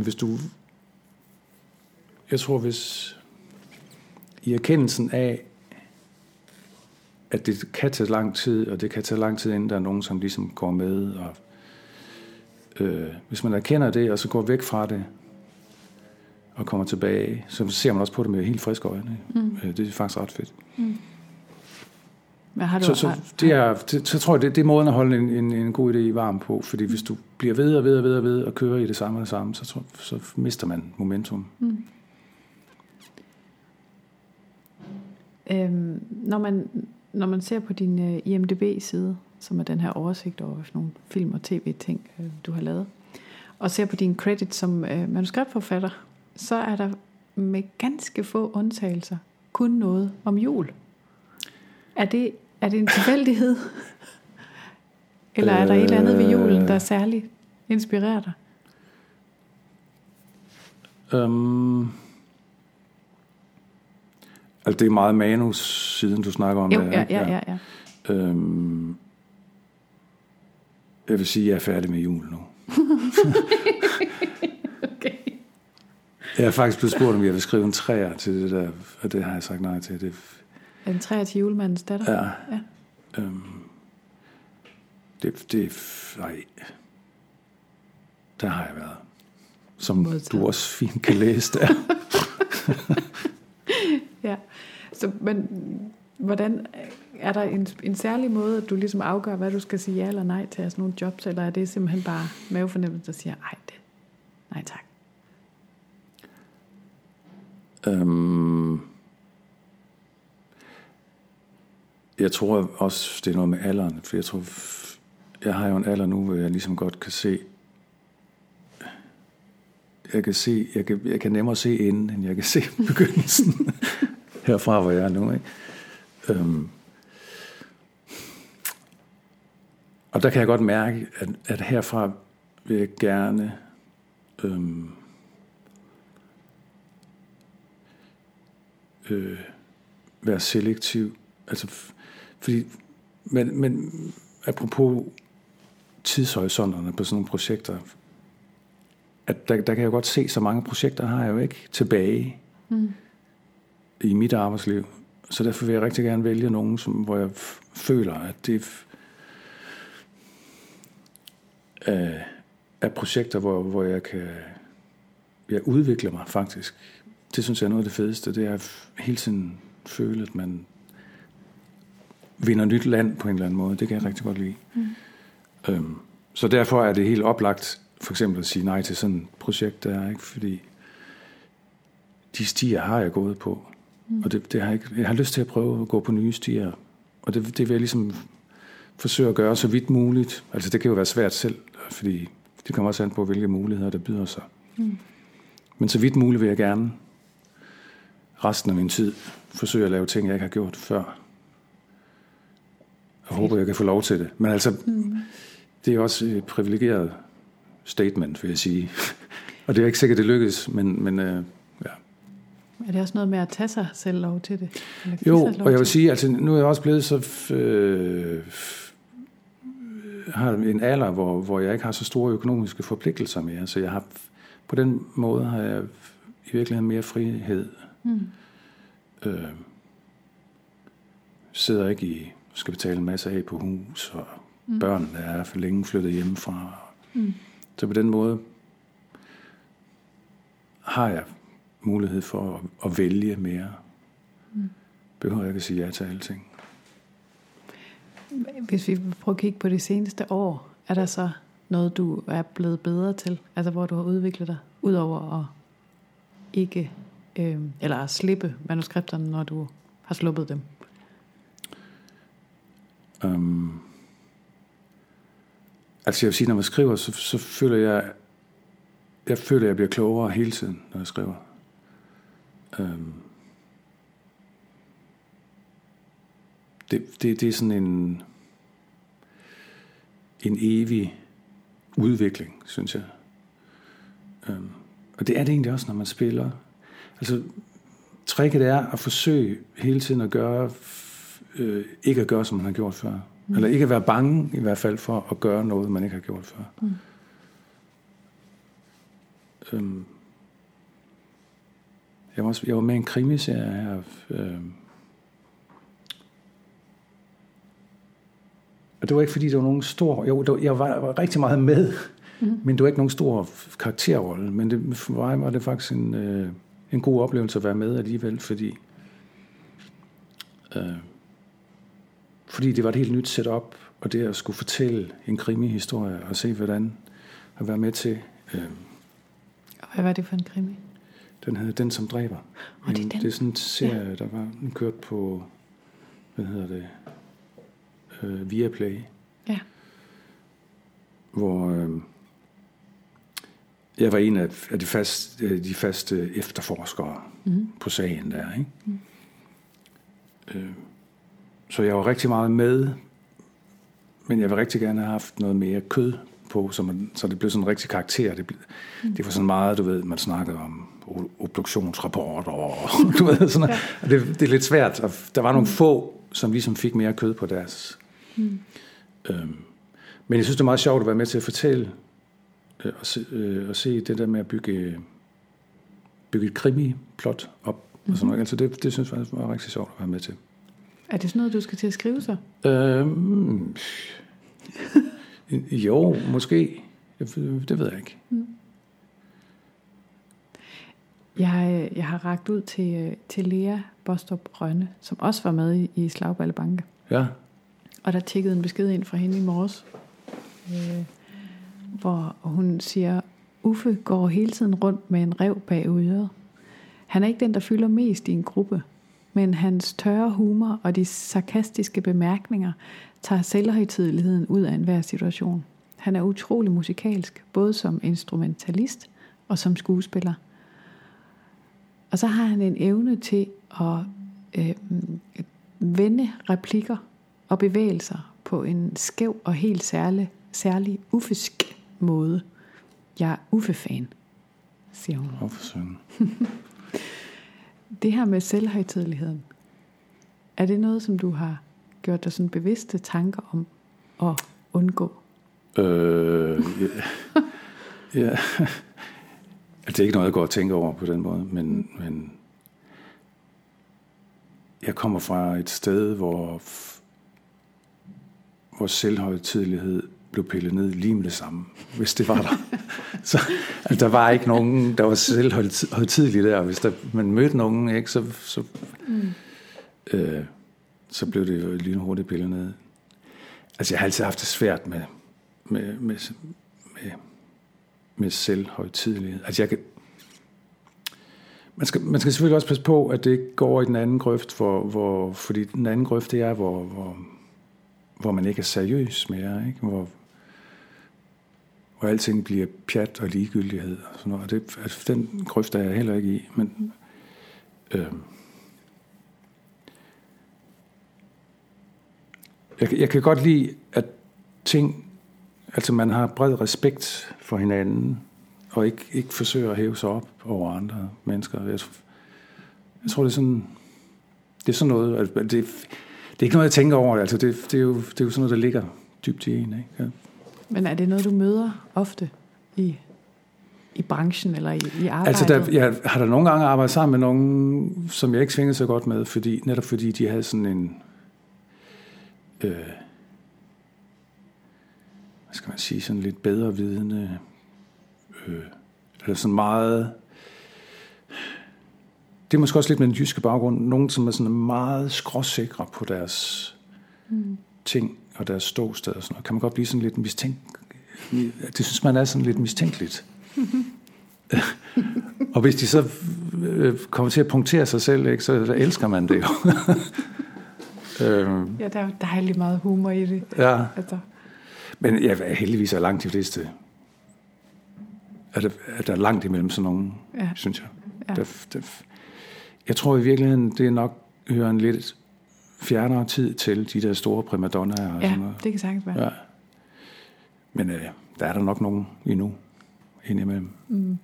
hvis i erkendelsen af, at det kan tage lang tid, og det kan tage lang tid, inden der er nogen, som ligesom går med, og hvis man erkender det, og så går væk fra det, og kommer tilbage, så ser man også på det med helt friske øjne. Det er faktisk ret fedt. Men har du, så tror jeg, det er måden at holde en god idé varm på, fordi hvis du bliver ved og kører i det samme, så mister man momentum. Når man ser på din IMDb-side, som er den her oversigt over nogle film- og tv-ting, du har lavet, og ser på din credit som manuskriptforfatter, så er der med ganske få undtagelser kun noget om jul. Er det en tilfældighed? Eller er der et eller andet ved julen, der særligt inspirerer dig? Altså det er meget manus, siden du snakker om det. Ja. Jeg vil sige, at jeg er færdig med jul nu. Okay. Jeg er faktisk blevet spurgt, om jeg vil skrive en træer til det der, og det har jeg sagt nej til. En træer til julemandens datter? Ja. Nej. Der har jeg været. Som du også fint kan læse der. Ja. Så, men hvordan er der en særlig måde, at du ligesom afgør, hvad du skal sige ja eller nej til sådan nogle jobs, eller er det simpelthen bare mavefornemmelse, der siger, nej tak? Jeg tror også, det er noget med alderen, for jeg tror, jeg har jo en alder nu, hvor jeg ligesom godt kan se, jeg kan nemmere se enden, end jeg kan se begyndelsen herfra, hvor jeg er nu, ikke? Og der kan jeg godt mærke, at herfra vil jeg gerne være selektiv. Altså, fordi, men apropos tidshorisonterne på sådan nogle projekter, at der kan jeg jo godt se, så mange projekter har jeg jo ikke tilbage i mit arbejdsliv. Så derfor vil jeg rigtig gerne vælge nogen, hvor jeg føler, at det er projekter, hvor jeg udvikler mig faktisk. Det synes jeg er noget af det fedeste. Det er at hele tiden føle, at man vinder nyt land på en eller anden måde. Det kan jeg rigtig godt lide. Så derfor er det helt oplagt for eksempel at sige nej til sådan et projekt der, ikke? Fordi de stier har jeg gået på. Og det har jeg har lyst til at prøve at gå på nye stier. Og det vil jeg ligesom forsøge at gøre så vidt muligt. Altså det kan jo være svært selv, fordi det kommer også an på, hvilke muligheder der byder sig. Men så vidt muligt vil jeg gerne resten af min tid forsøge at lave ting, jeg ikke har gjort før. Jeg håber, jeg kan få lov til det. Men altså, det er også et privilegeret statement, vil jeg sige. Og det er ikke sikkert, det lykkes, men ja. Er det også noget med at tage sig selv lov til det? Jo, og jeg vil sige, altså nu er jeg også blevet så har en alder, hvor jeg ikke har så store økonomiske forpligtelser mere, så jeg har, på den måde har jeg i virkeligheden mere frihed. Sidder ikke skal betale en masse af på hus, og børnene er for længe flyttet hjemmefra. Så på den måde har jeg mulighed for at vælge mere. Behøver jeg ikke at sige ja til alting. Hvis vi prøver at kigge på det seneste år, er der så noget, du er blevet bedre til? Altså hvor du har udviklet dig, udover at ikke, eller at slippe manuskripterne, når du har sluppet dem? Altså jeg vil sige, når man skriver, så føler jeg føler, at jeg bliver klogere hele tiden, når jeg skriver. Det er sådan en evig udvikling, synes jeg. Og det er det egentlig også, når man spiller. Altså, tricket er at forsøge hele tiden at gøre, ikke at gøre, som man har gjort før. Eller ikke at være bange, i hvert fald, for at gøre noget, man ikke har gjort før. Jeg var med i en krimiserie her. Og det var ikke fordi, det var nogen stor... Jeg var rigtig meget med, men det var ikke nogen stor karakterrolle. Men for mig var det faktisk en god oplevelse at være med alligevel, fordi det var et helt nyt setup, og det at skulle fortælle en krimihistorie og se, hvordan at være med til... Hvad var det for en krimi? Den hed Den, som dræber. Det er sådan en serie, der var kørt på, Viaplay. Ja. Hvor jeg var en af de faste efterforskere på sagen der, ikke? Så jeg var rigtig meget med, men jeg vil rigtig gerne have haft noget mere kød på, så det blev sådan en rigtig karakter. Det var sådan meget, du ved, man snakkede om obduktionsrapporter og du ved, sådan noget. Det er lidt svært. Og der var nogle få, som ligesom fik mere kød på deres. Men jeg synes, det er meget sjovt at være med til at fortælle og se det der med at bygge et krimi-plot op. Og sådan noget. Altså det synes jeg var rigtig sjovt at være med til. Er det sådan noget, du skal til at skrive så? Jo, måske. Det ved jeg ikke. Jeg har rakt ud til Lea Bostrup Rønne, som også var med i Slagballe Banke. Ja. Og der tikkede en besked ind fra hende i morges, hvor hun siger, Uffe går hele tiden rundt med en ræv bag øret. Han er ikke den, der fylder mest i en gruppe, men hans tørre humor og de sarkastiske bemærkninger tager selvhøjtideligheden ud af enhver situation. Han er utrolig musikalsk, både som instrumentalist og som skuespiller. Og så har han en evne til at vende replikker og bevægelser på en skæv og helt særlig uffisk måde. Jeg er Uffe-fan, siger hun. Det her med selvhøjtideligheden, er det noget, som du har gjort dig sådan bevidste tanker om at undgå? Ja. Det er ikke noget, jeg går og tænker over på den måde, men jeg kommer fra et sted, hvor selvhøjtidelighed blev pillet ned lige med det samme, hvis det var der. Så altså, der var ikke nogen, der var selvhøjtidelige der. Hvis man mødte nogen, ikke, så blev det jo lige hurtigt pillet ned. Altså jeg har altid haft det svært med selvhøjtidelighed. Altså man skal selvfølgelig også passe på, at det ikke går over i den anden grøft, fordi den anden grøft, det er, hvor man ikke er seriøs mere, ikke? Hvor alting bliver pjat og ligegyldighed og sådan noget. Og den grøft er jeg heller ikke i, men jeg kan godt lide, at altså man har bred respekt for hinanden, og ikke forsøger at hæve sig op over andre mennesker. Jeg tror, det er sådan noget, det er ikke noget, jeg tænker over. Altså det er jo sådan noget, der ligger dybt i en, ikke? Ja. Men er det noget, du møder ofte i branchen eller i arbejdet? Altså, jeg har da nogle gange arbejdet sammen med nogen, som jeg ikke svingede så godt med, netop fordi de havde sådan en, hvad skal man sige, sådan lidt bedre vidende, eller sådan meget, det er måske også lidt med den jyske baggrund, nogen, som er sådan meget skråsikre på deres ting og deres ståsted og sådan noget. Kan man godt blive sådan lidt det synes man er sådan lidt mistænkeligt. Og hvis de så kommer til at punktere sig selv, ikke, så elsker man det jo. Ja, der er jo dejligt meget humor i det. Ja. Altså. Men heldigvis er langt de fleste, er der langt imellem sådan nogen, synes jeg. Ja. Jeg tror i virkeligheden, det er nok hører en lidt fjernere tid til de der store primadonnaer. Og sådan noget. Det kan sagtens være. Ja. Men der er der nok nogen endnu indimellem. Mm.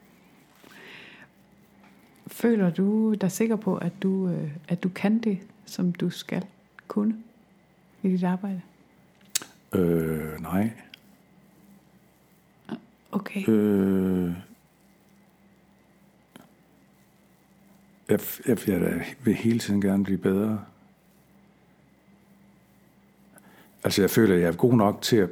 Føler du dig sikker på, at du kan det, som du skal kunne i dit arbejde? Nej. Okay. Jeg vil hele tiden gerne blive bedre. Altså, jeg føler, at jeg er god nok til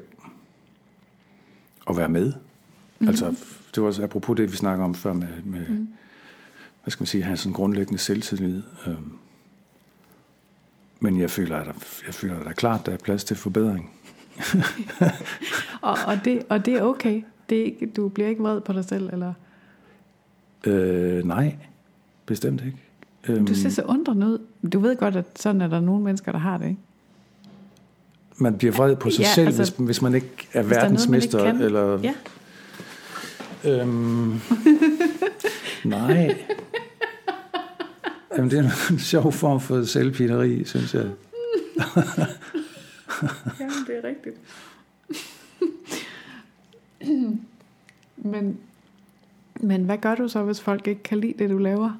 at være med. Mm-hmm. Altså, det var også apropos det, vi snakker om før med hvad skal man sige, have sådan en grundlæggende selvtillid. Men jeg føler, at der er klart, der er plads til forbedring. og det er okay. Du bliver ikke vred på dig selv, eller? Nej, bestemt ikke. Du ser så undrende ud. Du ved godt, at sådan er der nogle mennesker, der har det, ikke? Man bliver vred på sig selv, altså, hvis man ikke er verdensmester. Noget, eller... Ja. Nej. Jamen, det er en sjov form for selvpineri, synes jeg. Jamen, det er rigtigt. Men hvad gør du så, hvis folk ikke kan lide det, du laver?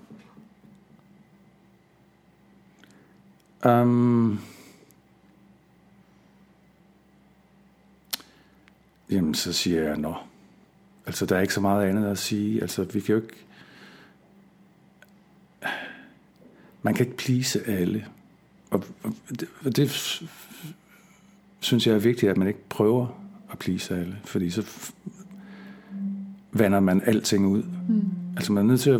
Jamen, så siger jeg, nå. Altså, der er ikke så meget andet at sige. Altså, vi kan jo ikke... Man kan ikke please alle. Og det synes jeg er vigtigt, at man ikke prøver at please alle. Fordi så vander man alting ud. Mm. Altså, man er nødt til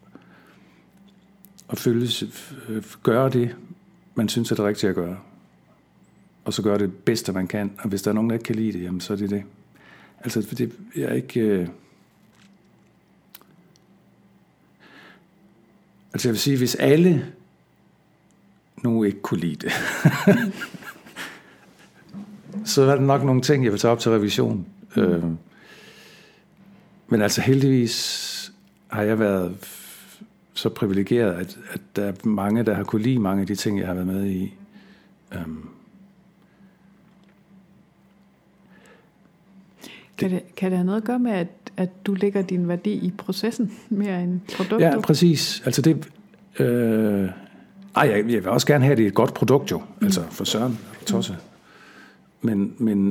at gøre det, man synes er det rigtige at gøre. Og så gøre det bedste, man kan. Og hvis der er nogen, der ikke kan lide det, jamen, så er det det. Altså, det er ikke... Altså, jeg vil sige, hvis alle nu ikke kunne lide det, så er der nok nogle ting, jeg vil tage op til revision. Men altså, heldigvis har jeg været så privilegeret, at der er mange, der har kunne lide mange af de ting, jeg har været med i. Kan det have noget at gøre med, at du lægger din værdi i processen mere end produktet? Ja, præcis. Altså det... jeg vil også gerne have, at det er et godt produkt jo. Altså for søren, tosse. Men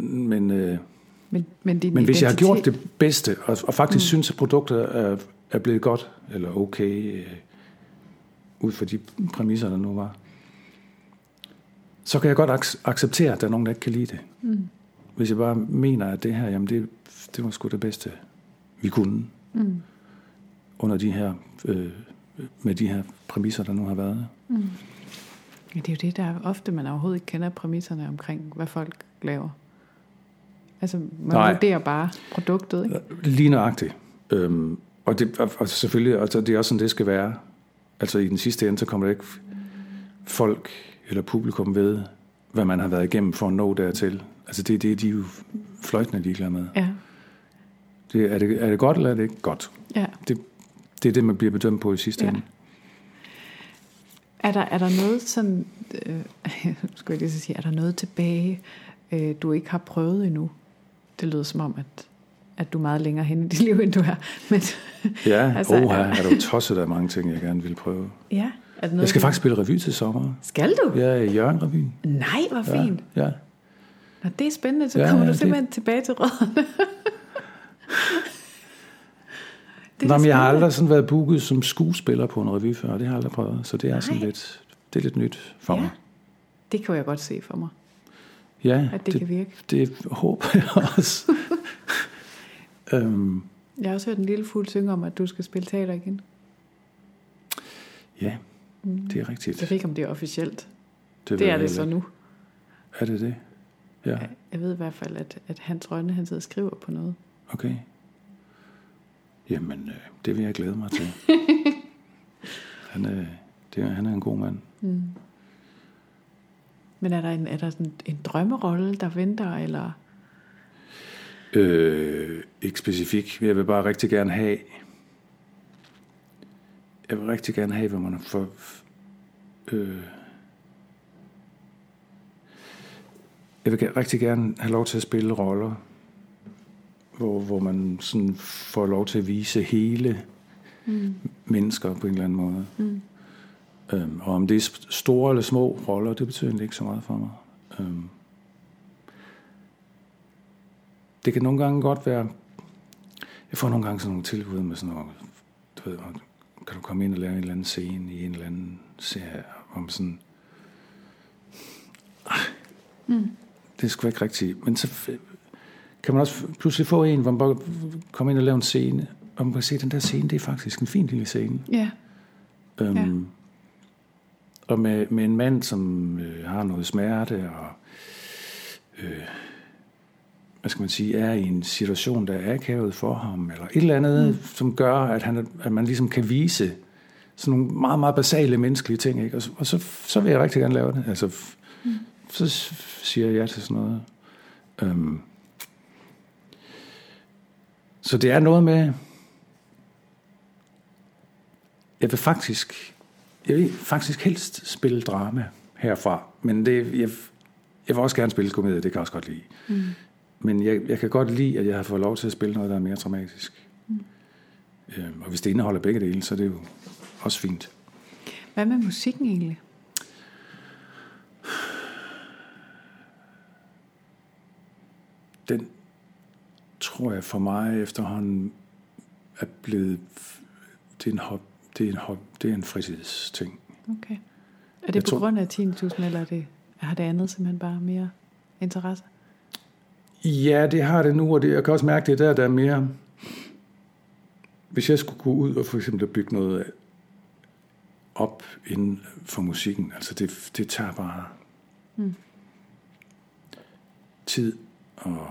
hvis jeg har gjort det bedste, og faktisk synes, at produktet er blevet godt, eller okay, ud fra de præmisser, der nu var, så kan jeg godt acceptere, at der er nogen, der ikke kan lide det. Mm. Hvis jeg bare mener, at det her, jamen det var sgu det bedste, vi kunne. Mm. Under de her, med de her præmisser, der nu har været. Mm. Ja, det er jo det, der er ofte, man overhovedet ikke kender præmisserne omkring, hvad folk laver. Altså, man vurderer bare produktet, ikke? Lige nøjagtigt. Og selvfølgelig, altså, det er også sådan, det skal være. Altså, i den sidste ende, så kommer der ikke folk eller publikum ved, hvad man har været igennem for at nå dertil. Altså, det er de jo fløjtende ligeglade med. Ja. Er det godt, eller er det ikke godt? Ja. Det er det, man bliver bedømt på i sidste ende. Er der noget sådan, skulle jeg lige så sige, er der noget tilbage, du ikke har prøvet endnu? Det lyder som om, at du er meget længere hen i dit liv, end du er. Men, ja, altså, er der jo tosset af mange ting, jeg gerne vil prøve. Ja. Er det noget, jeg skal faktisk spille revy til sommer. Skal du? Ja, i Jørgen Revyen. Nej, hvor fint. Ja. Og det er spændende, så kommer du simpelthen tilbage til rødderne. Nå, men jeg har aldrig sådan været booket som skuespiller på en revy før. Det har jeg aldrig prøvet. Så det er sådan lidt, det er lidt nyt for mig. Det kan jeg godt se for mig. Ja, at det kan virke. Det håber jeg også. Jeg har også hørt en lille fugl synge om, at du skal spille teater igen. Ja, det er rigtigt. Jeg ved ikke, om det er officielt. Det er det så nu. Er det det? Ja. Jeg ved i hvert fald, at Hans Rønne, han sidder og skriver på noget. Okay. Jamen, det vil jeg glæde mig til. Han er en god mand. Mm. Men er der sådan en drømmerolle, der venter, eller? Ikke specifikt. Jeg vil bare rigtig gerne have... hvor man får... Jeg vil rigtig gerne have lov til at spille roller, hvor man sådan får lov til at vise hele mennesker på en eller anden måde. Mm. Og om det er store eller små roller, det betyder egentlig ikke så meget for mig. Det kan nogle gange godt være... Jeg får nogle gange sådan nogle tilbud med sådan noget... Du ved, kan du komme ind og lave en eller anden scene i en eller anden serie om sådan... Det er sgu ikke rigtigt. Men så kan man også pludselig få en, hvor man bare kommer ind og lave en scene, og man kan se, at den der scene, det er faktisk en fin lille scene. Ja. Og med en mand, som har noget smerte, og hvad skal man sige, er i en situation, der er akavet for ham, eller et eller andet, som gør, at man ligesom kan vise sådan nogle meget, meget basale menneskelige ting, ikke? Og så vil jeg rigtig gerne lave det. Altså, så siger jeg ja til sådan noget. Så det er noget med... Jeg vil faktisk helst spille drama herfra, men jeg vil også gerne spille komedie, det kan jeg også godt lide. Men jeg kan godt lide, at jeg har fået lov til at spille noget, der er mere dramatisk. Og hvis det indeholder begge dele, så er det jo også fint. Hvad med musikken egentlig? Den tror jeg for mig efterhånden er blevet... Det er en fritidsting. Okay. Er det på grund af 10.000, eller har det andet simpelthen bare mere interesse? Ja, det har det nu, og jeg kan også mærke, det der er mere... Hvis jeg skulle gå ud og for eksempel bygge noget op inden for musikken, altså det tager bare tid og...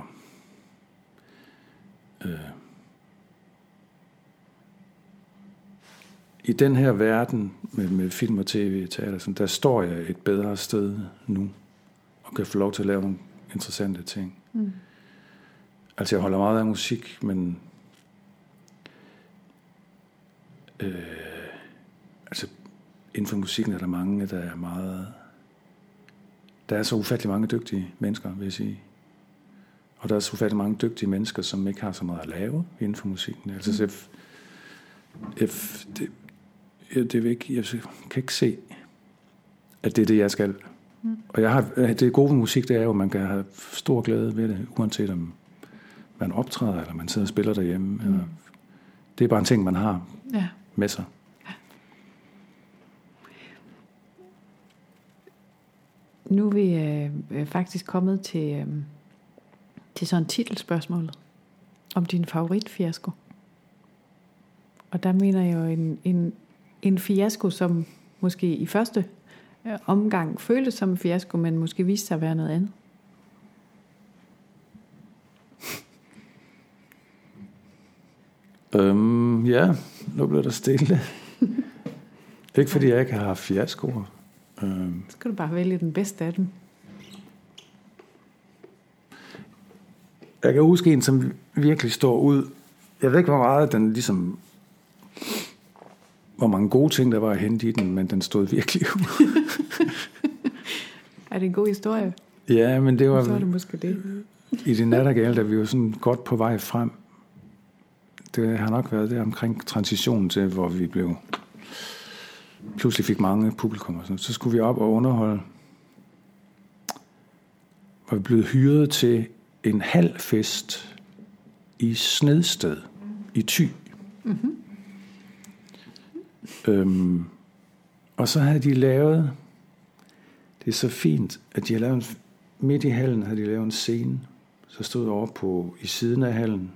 I den her verden med film og tv og teater, der står jeg et bedre sted nu, og kan få lov til at lave nogle interessante ting. Altså jeg holder meget af musik, men altså inden for musikken er der mange, der er meget... Der er så ufattelig mange dygtige mennesker, vil jeg sige. Og der er så ufattelig mange dygtige mennesker, som ikke har så meget at lave inden for musikken. Altså jeg kan ikke se, at det er det, jeg skal. Og det gode ved musik, det er jo, at man kan have stor glæde ved det, uanset om man optræder, eller man sidder og spiller derhjemme. Eller, det er bare en ting, man har med sig. Ja. Nu er vi faktisk kommet til sådan titelspørgsmålet om din favoritfiasko. Og der mener jeg jo en fiasko, som måske i første omgang føltes som en fiasko, men måske viste sig at være noget andet. Ja, nu bliver der stille. Ikke fordi jeg ikke har haft fiaskoer. Så skal du bare vælge den bedste af dem. Jeg kan huske en, som virkelig står ud. Jeg ved ikke, hvor meget den ligesom... Hvor mange gode ting, der var at hente i den, men den stod virkelig ud. Er det en god historie? Ja, men det var... Så er det måske det. I det nattergale, der vi var sådan godt på vej frem. Det har nok været der omkring transitionen til, hvor vi blev... Pludselig fik mange publikum og sådan. Så skulle vi op og underholde. var vi blevet hyret til en halv fest i Snedsted i Thy. Og så havde de lavet, det er så fint, at de havde lavet, midt i hallen havde de lavet en scene, så stod over på i siden af hallen.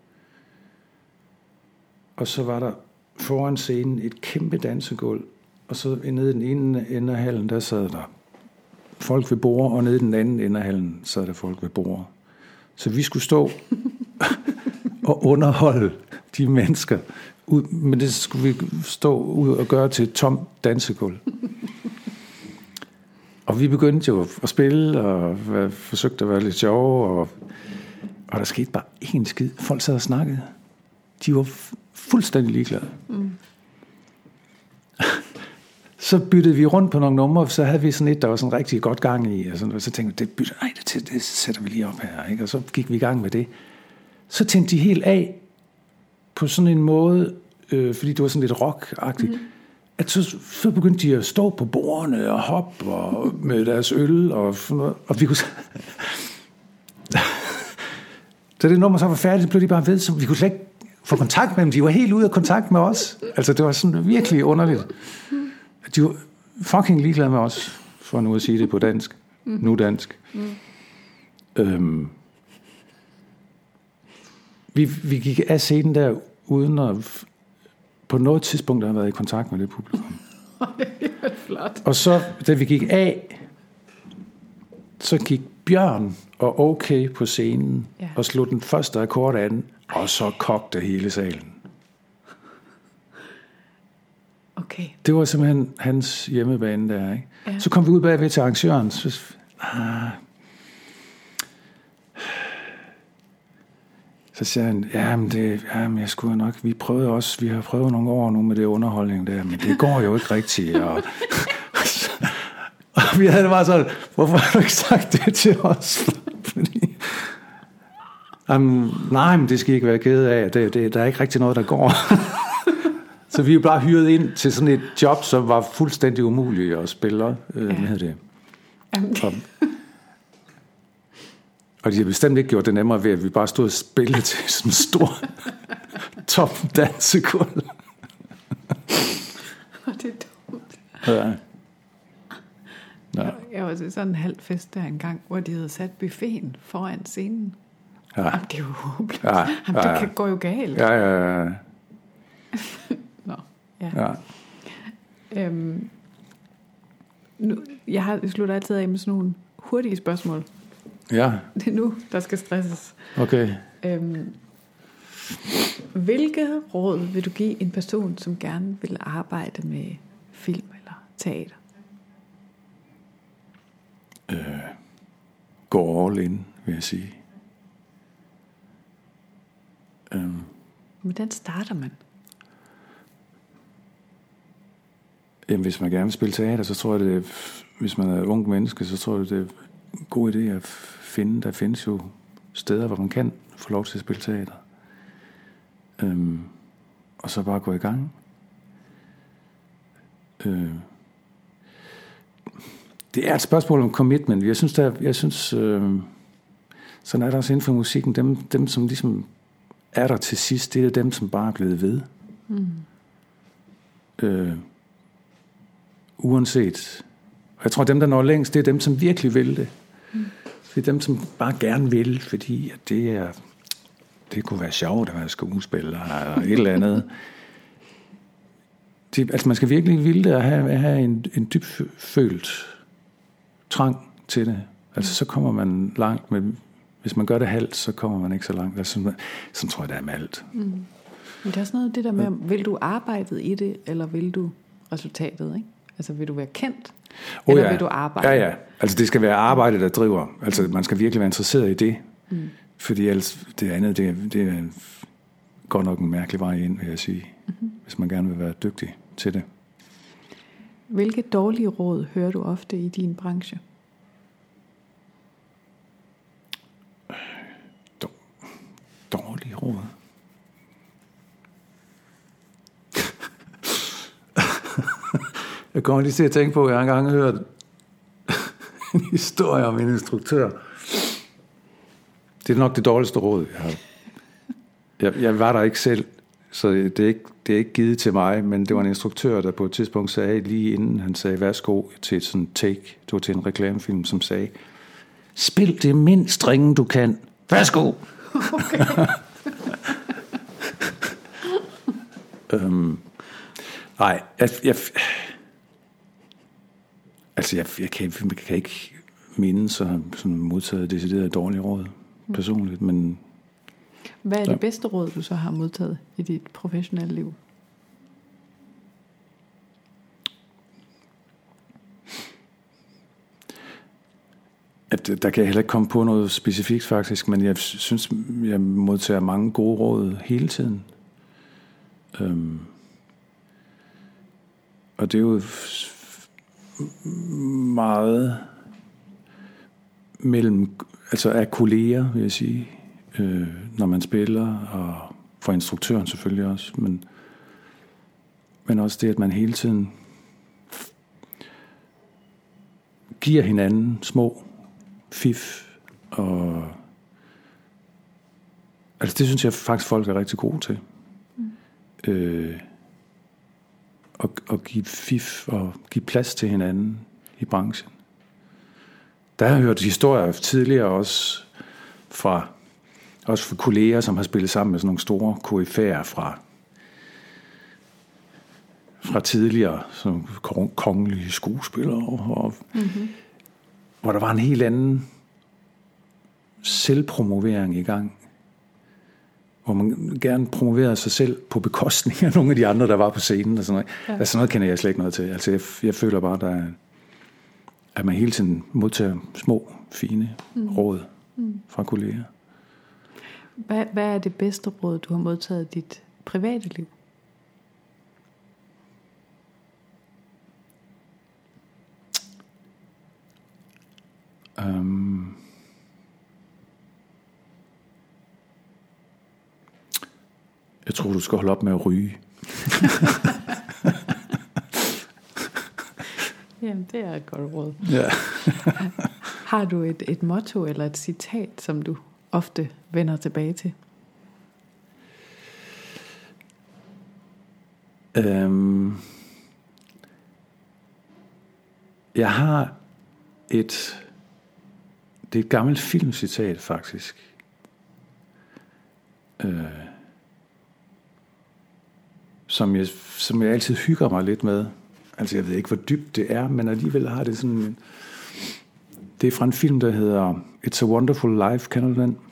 Og så var der foran scenen et kæmpe dansegulv, og så nede i den ene ende af hallen, der sad der folk ved bord, og nede i den anden ende af hallen sad der folk ved bord. Så vi skulle stå og underholde de mennesker, men det skulle vi stå ud og gøre til et tomt dansegulv. Og vi begyndte jo at spille, og forsøgte at være lidt sjove, og der skete bare ikke en skid. Folk sad og snakkede. De var fuldstændig ligeglade. Så byttede vi rundt på nogle numre, så havde vi sådan et, der var sådan rigtig godt gang i, og så tænkte vi, det sætter vi lige op her, ikke? Og så gik vi i gang med det. Så tænkte de helt af på sådan en måde, fordi det var sådan lidt rock-agtigt, at så begyndte de at stå på bordene og hoppe og med deres øl og sådan noget, og vi kunne så det nummer så var færdigt, så blev de bare ved, så vi kunne slet ikke få kontakt med dem. De var helt ude af kontakt med os. Altså det var sådan virkelig underligt. De var fucking ligeglade med os, for nu at sige det på dansk. Nu dansk. Vi gik af scenen der, uden at på noget tidspunkt have været i kontakt med det publikum. Det er flot. Og så, da vi gik af, så gik Bjørn og Okay på scenen, og slog den første akkord af den, og så kogte hele salen. Okay. Det var simpelthen hans hjemmebane der, ikke? Ja. Så kom vi ud bagved til arrangøren, så siger han, jamen jeg skulle nok, vi har prøvet nogle år nu med det underholdning der, men det går jo ikke rigtigt, og vi havde det bare sådan, hvorfor har du ikke sagt det til os? Fordi, nej, men det skal I ikke være kede af, der er ikke rigtig noget, der går. Så vi er jo bare hyret ind til sådan et job, som var fuldstændig umuligt at spille. Hvad hedder det? Og de har bestemt ikke gjort det nemmere ved, at vi bare stod og spillede til sådan en stor top dansegulv. Det er dumt. Ja. Jeg var til sådan en halv fest der engang, hvor de havde sat buffeten foran scenen. Ja. Jamen, det er jo håbløst. Det går jo galt. Ja. Nå, ja. Nu, jeg slutter altid af med sådan nogle hurtige spørgsmål. Ja. Det er nu, der skal stresses. Okay. Hvilke råd vil du give en person, som gerne vil arbejde med film eller teater? Gå all in, vil jeg sige. Hvordan starter man? Jamen, hvis man gerne vil spille teater, så tror jeg, hvis man er et ung menneske, så tror jeg, det er en god idé at finde. Der findes jo steder, hvor man kan få lov til at spille teater. Og så bare gå i gang. Det er et spørgsmål om commitment. Jeg synes sådan er der også inden for musikken. Dem som ligesom er der til sidst, det er dem, som bare er blevet ved. Uanset. Og jeg tror, dem, der når længst, det er dem, som virkelig vil det. Det er dem, som bare gerne vil, fordi at det kunne være sjovt at være skuespiller eller et eller andet. Altså, man skal virkelig ville det at have en dybfølt trang til det. Altså, så kommer man langt, men hvis man gør det halvt, så kommer man ikke så langt. Altså, sådan tror jeg, det er med alt. Men det er også noget det der med, vil du arbejde i det, eller vil du resultatet, ikke? Altså, vil du være kendt, eller vil du arbejde? Ja. Altså, det skal være arbejde, der driver. Altså, man skal virkelig være interesseret i det. Fordi ellers det andet, det er godt nok en mærkelig vej ind, vil jeg sige. Hvis man gerne vil være dygtig til det. Hvilke dårlige råd hører du ofte i din branche? Dårlige råd? Jeg kommer lige til at tænke på, at jeg engang har hørt en historie om en instruktør, Det er nok det dårligste råd, jeg har. Jeg var der ikke selv, så det er ikke givet til mig, men det var en instruktør, der på et tidspunkt sagde, lige inden han sagde værsgo til et sådan take, det var til en reklamefilm, som sagde, spil det mindst ringe du kan. Værsgo! Okay. Nej, jeg kan ikke minde sådan modtaget decideret dårlige råd personligt, men... Hvad er det bedste råd, du så har modtaget i dit professionelle liv? Der kan jeg heller ikke komme på noget specifikt faktisk, men jeg synes, jeg modtager mange gode råd hele tiden. Og det er jo meget mellem, altså af kolleger, vil jeg sige, når man spiller, og for instruktøren selvfølgelig også, men også det, at man hele tiden giver hinanden små fif, og altså det synes jeg faktisk folk er rigtig gode til. Og give fif og give plads til hinanden i branchen. Der har jeg hørt historier tidligere også fra kolleger, som har spillet sammen med sådan nogle store koryfæer fra tidligere, som kongelige skuespillere, og hvor der var en helt anden selvpromovering i gang, hvor man gerne promoverede sig selv på bekostning af nogle af de andre, der var på scenen og sådan noget. Ja. Altså noget kender jeg slet ikke noget til. Altså jeg føler bare, at man hele tiden modtager små, fine råd fra kolleger. Hvad er det bedste råd, du har modtaget i dit private liv? Jeg tror, du skal holde op med at ryge. Jamen, det er et godt råd. Ja. Har du et motto eller et citat, som du ofte vender tilbage til? Jeg har det er et gammelt filmcitat faktisk. Som jeg altid hygger mig lidt med. Altså jeg ved ikke hvor dybt det er, men alligevel har det sådan. Det er fra en film der hedder It's a Wonderful Life, kender du den?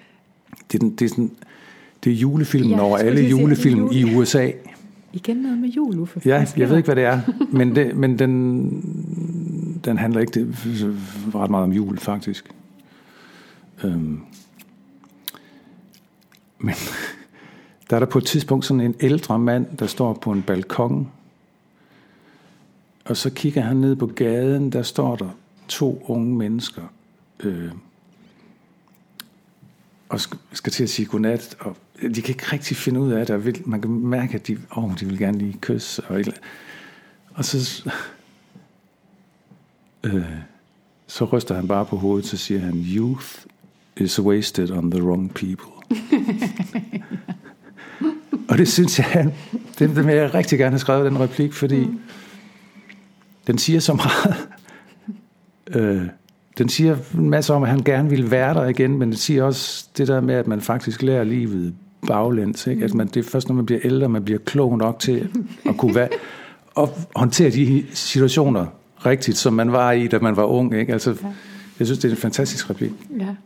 Det er julefilmen over alle julefilm i USA. Igen noget med jul, Uffe. Ja, jeg ved ikke hvad det er, men den handler ikke ret meget om jul faktisk. Men der er der på et tidspunkt sådan en ældre mand, der står på en balkon, og så kigger han ned på gaden, der står der 2 unge mennesker, og skal til at sige godnat, og de kan ikke rigtig finde ud af det, man kan mærke, at de vil gerne lige kysse, og så ryster han bare på hovedet, så siger han, youth is wasted on the wrong people. Og det synes jeg, det vil jeg rigtig gerne have skrevet den replik, fordi den siger så meget. Den siger en masse om, at han gerne vil være der igen, men den siger også det der med, at man faktisk lærer livet baglæns. Ikke? Altså det er først, når man bliver ældre, man bliver klog nok til at kunne være og håndtere de situationer rigtigt, som man var i, da man var ung. Ikke? Altså, jeg synes, det er en fantastisk replik. Ja.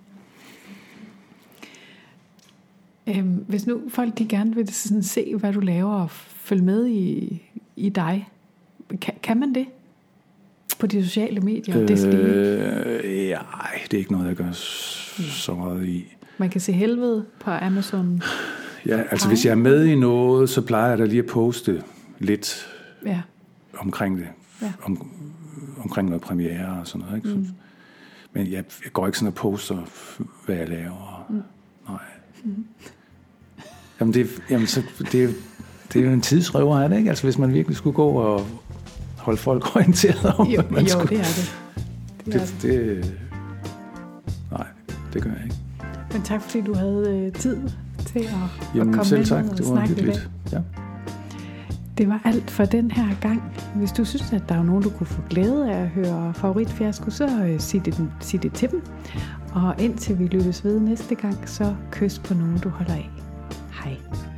Hvis nu folk de gerne vil sådan se, hvad du laver, og følge med i dig, kan man det? På de sociale medier? Nej, det er ikke noget, jeg gør så meget i. Man kan se Helvede på Amazon. Ja, altså hvis jeg er med i noget, så plejer jeg da lige at poste lidt omkring det. Ja. Omkring noget premiere og sådan noget. Ikke? Men jeg går ikke sådan og poster, hvad jeg laver. Nej. Jamen det er jo en tidsrøver, er det ikke? Altså hvis man virkelig skulle gå og holde folk orienteret om, jo, man skulle. Det er det. Nej, det gør jeg ikke. Men tak fordi du havde tid til at komme selv med tak. og Det var snakke hyggeligt. Ja. Det var alt for den her gang. Hvis du synes, at der er nogen, du kunne få glæde af at høre Favoritfiasko, så sig det til dem. Og indtil vi lyttes ved næste gang, så kys på nogen, du holder af. Hej.